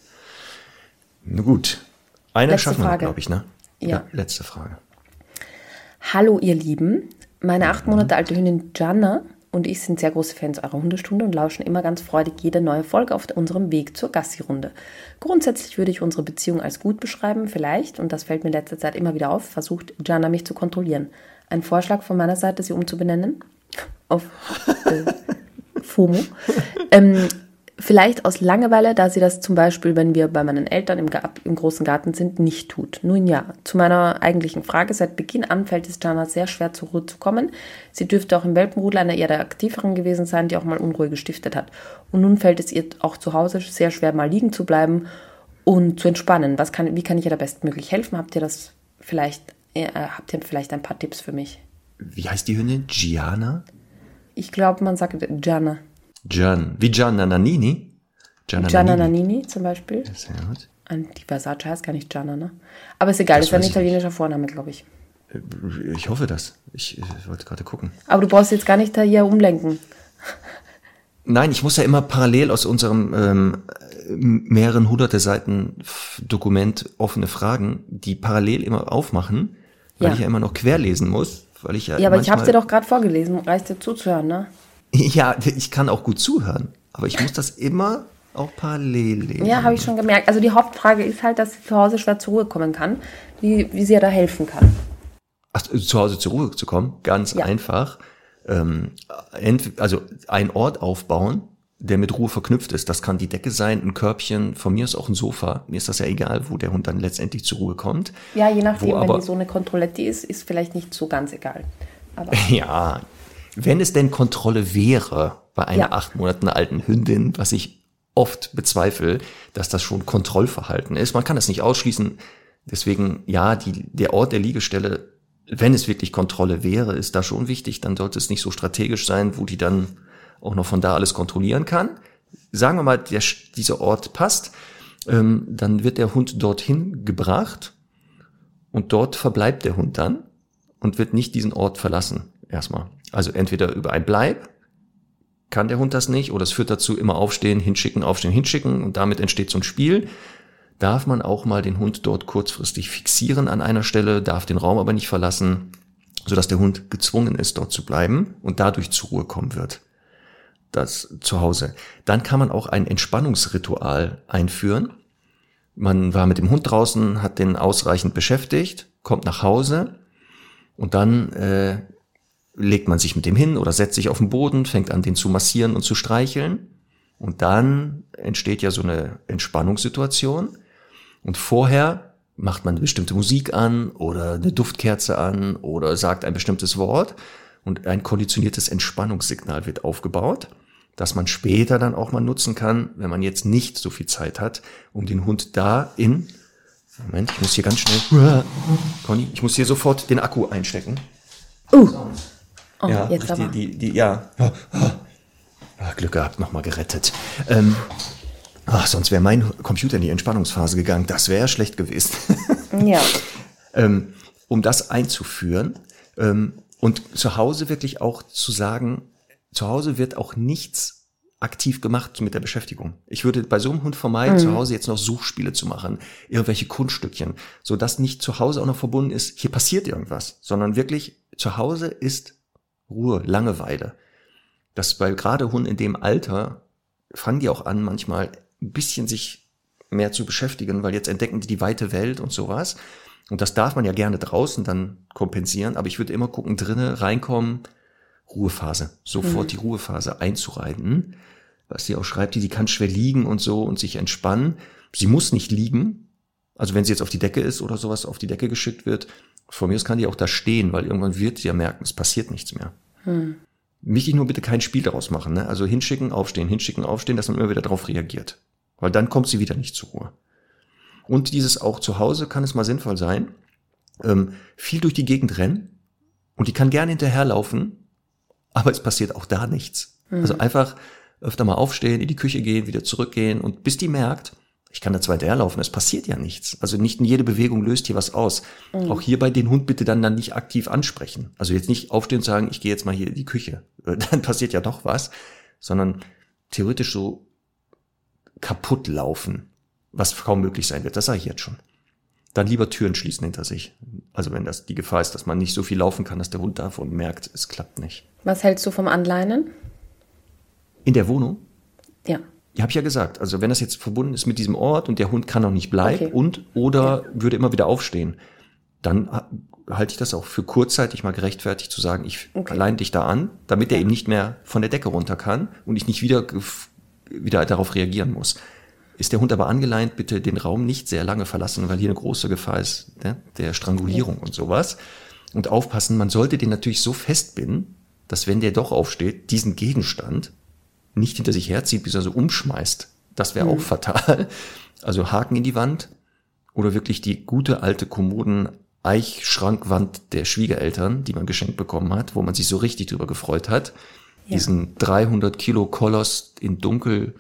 Na gut. Eine Letzte schaffen wir, Frage. glaube ich, ne? Ja. Letzte Frage. Hallo ihr Lieben, meine 8 Monate alte Hündin Jana und ich sind sehr große Fans eurer Hundestunde und lauschen immer ganz freudig jede neue Folge auf unserem Weg zur Gassi-Runde. Grundsätzlich würde ich unsere Beziehung als gut beschreiben, vielleicht, und das fällt mir in letzter Zeit immer wieder auf, versucht Jana mich zu kontrollieren. Ein Vorschlag von meiner Seite, sie umzubenennen auf FOMO. Vielleicht aus Langeweile, da sie das zum Beispiel, wenn wir bei meinen Eltern im großen Garten sind, nicht tut. Nun ja, zu meiner eigentlichen Frage. Seit Beginn an fällt es Jana sehr schwer, zur Ruhe zu kommen. Sie dürfte auch im Welpenrudel einer eher der aktiveren gewesen sein, die auch mal Unruhe gestiftet hat. Und nun fällt es ihr auch zu Hause sehr schwer, mal liegen zu bleiben und zu entspannen. Wie kann ich ihr da bestmöglich helfen? Habt ihr vielleicht ein paar Tipps für mich? Wie heißt die Hündin? Gianna? Ich glaube, man sagt Jana. Wie Gianna Nannini? Gianna Nannini zum Beispiel. Sehr gut. Die Versace heißt gar nicht Gianna, ne? Aber ist egal, das ist ein italienischer Vorname, glaube ich. Ich hoffe das. Ich wollte gerade gucken. Aber du brauchst jetzt gar nicht da hier umlenken. Nein, ich muss ja immer parallel aus unserem mehreren hunderte Seiten Dokument offene Fragen, die parallel immer aufmachen, weil ich ja immer noch querlesen muss. Weil ich aber ich habe dir doch gerade vorgelesen, reicht dir zuzuhören, ne? Ja, ich kann auch gut zuhören, aber ich muss das immer auch parallel lesen. Ja, habe ich schon gemerkt. Also die Hauptfrage ist halt, dass sie zu Hause schwer zur Ruhe kommen kann, wie sie ihr da helfen kann. Ach, zu Hause zur Ruhe zu kommen? Ganz einfach. Also einen Ort aufbauen, der mit Ruhe verknüpft ist. Das kann die Decke sein, ein Körbchen, von mir ist auch ein Sofa. Mir ist das ja egal, wo der Hund dann letztendlich zur Ruhe kommt. Ja, je nachdem, wenn die so eine Kontrolletti ist vielleicht nicht so ganz egal. Aber ja, wenn es denn Kontrolle wäre bei einer 8 Monaten alten Hündin, was ich oft bezweifle, dass das schon Kontrollverhalten ist. Man kann das nicht ausschließen. Deswegen, ja, der Ort der Liegestelle, wenn es wirklich Kontrolle wäre, ist da schon wichtig. Dann sollte es nicht so strategisch sein, wo die dann auch noch von da alles kontrollieren kann. Sagen wir mal, dieser Ort passt, dann wird der Hund dorthin gebracht und dort verbleibt der Hund dann und wird nicht diesen Ort verlassen, erstmal. Also entweder über ein Bleib, kann der Hund das nicht, oder es führt dazu, immer aufstehen, hinschicken, aufstehen, hinschicken, und damit entsteht so ein Spiel. Darf man auch mal den Hund dort kurzfristig fixieren an einer Stelle, darf den Raum aber nicht verlassen, sodass der Hund gezwungen ist, dort zu bleiben und dadurch zur Ruhe kommen wird. Das zu Hause. Dann kann man auch ein Entspannungsritual einführen. Man war mit dem Hund draußen, hat den ausreichend beschäftigt, kommt nach Hause und dann legt man sich mit dem hin oder setzt sich auf den Boden, fängt an, den zu massieren und zu streicheln. Und dann entsteht ja so eine Entspannungssituation. Und vorher macht man eine bestimmte Musik an oder eine Duftkerze an oder sagt ein bestimmtes Wort und ein konditioniertes Entspannungssignal wird aufgebaut, das man später dann auch mal nutzen kann, wenn man jetzt nicht so viel Zeit hat, um den Hund Moment, ich muss hier ganz schnell, Conny, ich muss hier sofort den Akku einstecken. Ja, jetzt aber. Glück gehabt, nochmal gerettet. Sonst wäre mein Computer in die Entspannungsphase gegangen. Das wäre schlecht gewesen. Ja. Um das einzuführen und zu Hause wirklich auch zu sagen, zu Hause wird auch nichts aktiv gemacht mit der Beschäftigung. Ich würde bei so einem Hund vermeiden, zu Hause jetzt noch Suchspiele zu machen, irgendwelche Kunststückchen, sodass nicht zu Hause auch noch verbunden ist, hier passiert irgendwas, sondern wirklich zu Hause ist Ruhe, Langeweile. Das bei gerade Hunden in dem Alter fangen die auch an, manchmal ein bisschen sich mehr zu beschäftigen, weil jetzt entdecken die weite Welt und sowas. Und das darf man ja gerne draußen dann kompensieren, aber ich würde immer gucken, drinnen reinkommen, Ruhephase, sofort die Ruhephase einzureiten. Was sie auch schreibt, die kann schwer liegen und so und sich entspannen. Sie muss nicht liegen, also wenn sie jetzt auf die Decke ist oder sowas, auf die Decke geschickt wird, von mir aus kann die auch da stehen, weil irgendwann wird sie ja merken, es passiert nichts mehr. Wichtig nur bitte kein Spiel daraus machen, ne? Also hinschicken, aufstehen, dass man immer wieder darauf reagiert. Weil dann kommt sie wieder nicht zur Ruhe. Und dieses auch zu Hause kann es mal sinnvoll sein, viel durch die Gegend rennen und die kann gerne hinterherlaufen, aber es passiert auch da nichts. Also einfach öfter mal aufstehen, in die Küche gehen, wieder zurückgehen und bis die merkt, ich kann da zwar hinterherlaufen, es passiert ja nichts. Also nicht jede Bewegung löst hier was aus. Auch hier bei den Hund bitte dann nicht aktiv ansprechen. Also jetzt nicht aufstehen und sagen, ich gehe jetzt mal hier in die Küche. Dann passiert ja doch was. Sondern theoretisch so kaputt laufen, was kaum möglich sein wird. Das sage ich jetzt schon. Dann lieber Türen schließen hinter sich. Also wenn das die Gefahr ist, dass man nicht so viel laufen kann, dass der Hund davon merkt, es klappt nicht. Was hältst du vom Anleinen? In der Wohnung? Ja. Ja, habe ich ja gesagt. Also wenn das jetzt verbunden ist mit diesem Ort und der Hund kann auch nicht bleiben oder würde immer wieder aufstehen, dann halte ich das auch für kurzzeitig mal gerechtfertigt zu sagen, ich leine dich da an, damit er eben nicht mehr von der Decke runter kann und ich nicht wieder darauf reagieren muss. Ist der Hund aber angeleint, bitte den Raum nicht sehr lange verlassen, weil hier eine große Gefahr ist, ne, der Strangulierung und sowas. Und aufpassen, man sollte den natürlich so festbinden, dass wenn der doch aufsteht, diesen Gegenstand nicht hinter sich herzieht, bis er so umschmeißt. Das wäre auch fatal. Also Haken in die Wand oder wirklich die gute alte Kommoden-Eichschrankwand der Schwiegereltern, die man geschenkt bekommen hat, wo man sich so richtig drüber gefreut hat. Ja. Diesen 300 Kilo Koloss in dunklem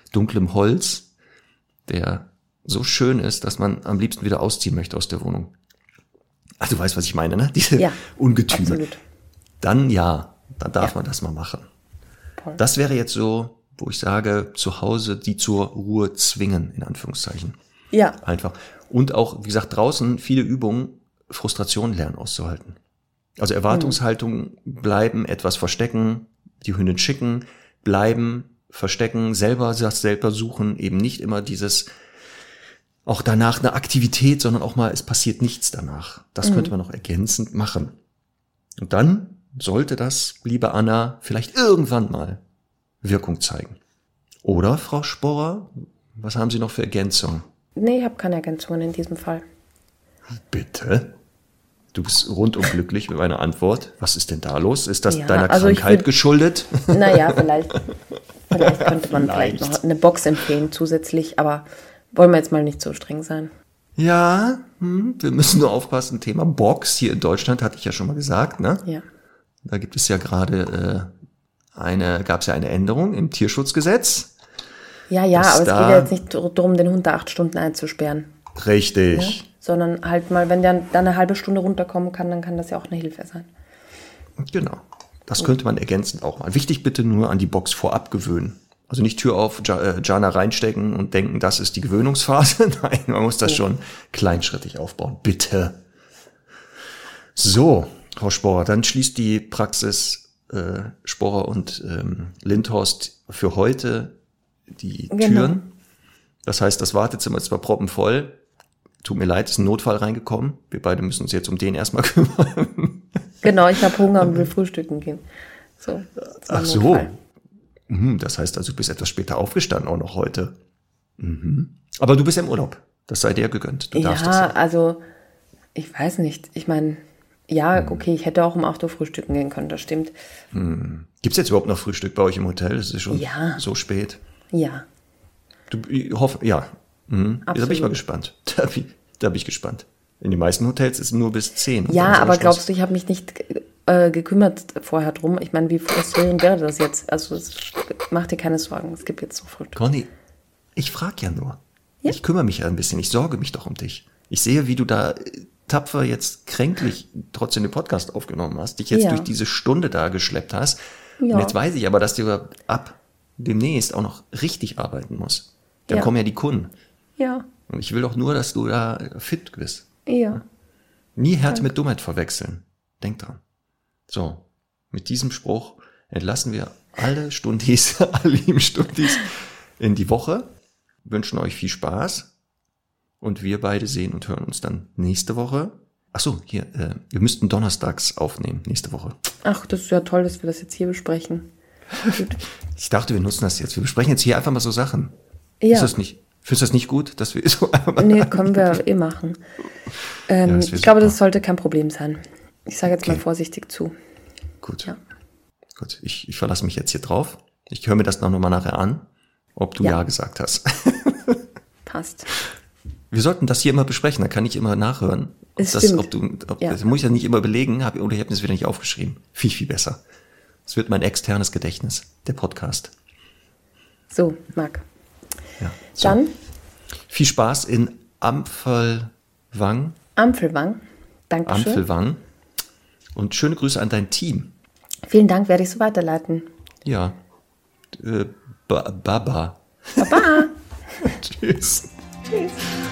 Holz, der so schön ist, dass man am liebsten wieder ausziehen möchte aus der Wohnung. Ach, du weißt, was ich meine, ne? Diese Ungetüme. Absolut. Dann darf man das mal machen. Das wäre jetzt so, wo ich sage, zu Hause die zur Ruhe zwingen, in Anführungszeichen. Ja. Einfach. Und auch, wie gesagt, draußen viele Übungen, Frustration lernen auszuhalten. Also Erwartungshaltung bleiben, etwas verstecken, die Hündin schicken, bleiben, verstecken, selber suchen, eben nicht immer dieses, auch danach eine Aktivität, sondern auch mal, es passiert nichts danach. Das könnte man noch ergänzend machen. Und dann sollte das, liebe Anna, vielleicht irgendwann mal Wirkung zeigen. Oder, Frau Sporrer, was haben Sie noch für Ergänzungen? Nee, ich habe keine Ergänzungen in diesem Fall. Bitte? Du bist rundum glücklich mit meiner Antwort. Was ist denn da los? Ist das deiner Krankheit geschuldet? Naja, vielleicht könnte man vielleicht noch eine Box empfehlen zusätzlich, aber wollen wir jetzt mal nicht so streng sein. Ja, wir müssen nur aufpassen. Thema Box hier in Deutschland, hatte ich ja schon mal gesagt, ne? Ja. Da gibt es ja gerade gab es ja eine Änderung im Tierschutzgesetz. Ja, aber es geht ja jetzt nicht darum, den Hund da 8 Stunden einzusperren. Richtig. Ja? Sondern halt mal, wenn der dann eine halbe Stunde runterkommen kann, dann kann das ja auch eine Hilfe sein. Genau. Das könnte man ergänzend auch mal. Wichtig bitte nur an die Box vorab gewöhnen. Also nicht Tür auf, Jana reinstecken und denken, das ist die Gewöhnungsphase. Nein, man muss das schon kleinschrittig aufbauen. Bitte. So, Frau Sporrer, dann schließt die Praxis Sporrer und Lindhorst für heute die Türen. Das heißt, das Wartezimmer ist zwar proppenvoll. Tut mir leid, ist ein Notfall reingekommen. Wir beide müssen uns jetzt um den erstmal kümmern. Genau, ich habe Hunger und will frühstücken gehen. So. Ach so. Das heißt also, du bist etwas später aufgestanden auch noch heute. Aber du bist ja im Urlaub. Das sei dir gegönnt. Du darfst Ja, das. also, ich weiß nicht. Ich meine, ja, okay, ich hätte auch um 8 Uhr frühstücken gehen können, das stimmt. Gibt's jetzt überhaupt noch Frühstück bei euch im Hotel? Es ist schon Ja. so spät. Ja, Ich hoffe, ja. Da bin ich Absolut. mal gespannt. Da bin ich gespannt. In den meisten Hotels ist es nur bis 10. ja, aber glaubst du, ich habe mich nicht gekümmert vorher drum? Ich meine, wie frustrierend wäre das jetzt? Also, mach dir keine Sorgen, es gibt jetzt so Frühstück. Conny, ich frage ja nur. Ja. Ich kümmere mich ja ein bisschen. Ich sorge mich doch um dich. Ich sehe, wie du da tapfer jetzt kränklich trotzdem den Podcast aufgenommen hast, dich jetzt Ja. durch diese Stunde da geschleppt hast. Ja. Und jetzt weiß ich aber, dass du ab demnächst auch noch richtig arbeiten musst. Dann Ja. kommen ja die Kunden. Ja, Und ich will doch nur, dass du da fit bist. ja. Nie Herz mit Dummheit verwechseln. Denk dran. So, mit diesem Spruch entlassen wir alle Stundis, alle lieben Stundis in die Woche, wünschen euch viel Spaß und wir beide sehen und hören uns dann nächste Woche. Ach so, hier, wir müssten donnerstags aufnehmen, nächste Woche. Ach, das ist ja toll, dass wir das jetzt hier besprechen. Gut. Ich dachte, wir nutzen das jetzt. Wir besprechen jetzt hier einfach mal so Sachen. Ja. Findest du das nicht gut, dass wir so einfach mal... Nee, können wir eh machen. das wär Ich glaube, super. das sollte kein Problem sein. Ich sage jetzt mal Okay. vorsichtig zu. Gut. Ja. Gut, ich verlasse mich jetzt hier drauf. Ich höre mir das noch mal nachher an, ob du Ja. Ja gesagt hast. Passt. Wir sollten das hier immer besprechen, dann kann ich immer nachhören. Es stimmt. Ja. Das muss ich ja nicht immer belegen, oder ich habe das wieder nicht aufgeschrieben. Viel, viel besser. Es wird mein externes Gedächtnis, der Podcast. So, Marc. Ja. So. Dann Viel Spaß in Ampfelwang. Dankeschön. Ampfelwang. Und schöne Grüße an dein Team. Vielen Dank, werde ich so weiterleiten. Ja. Baba. Baba. Tschüss. Tschüss.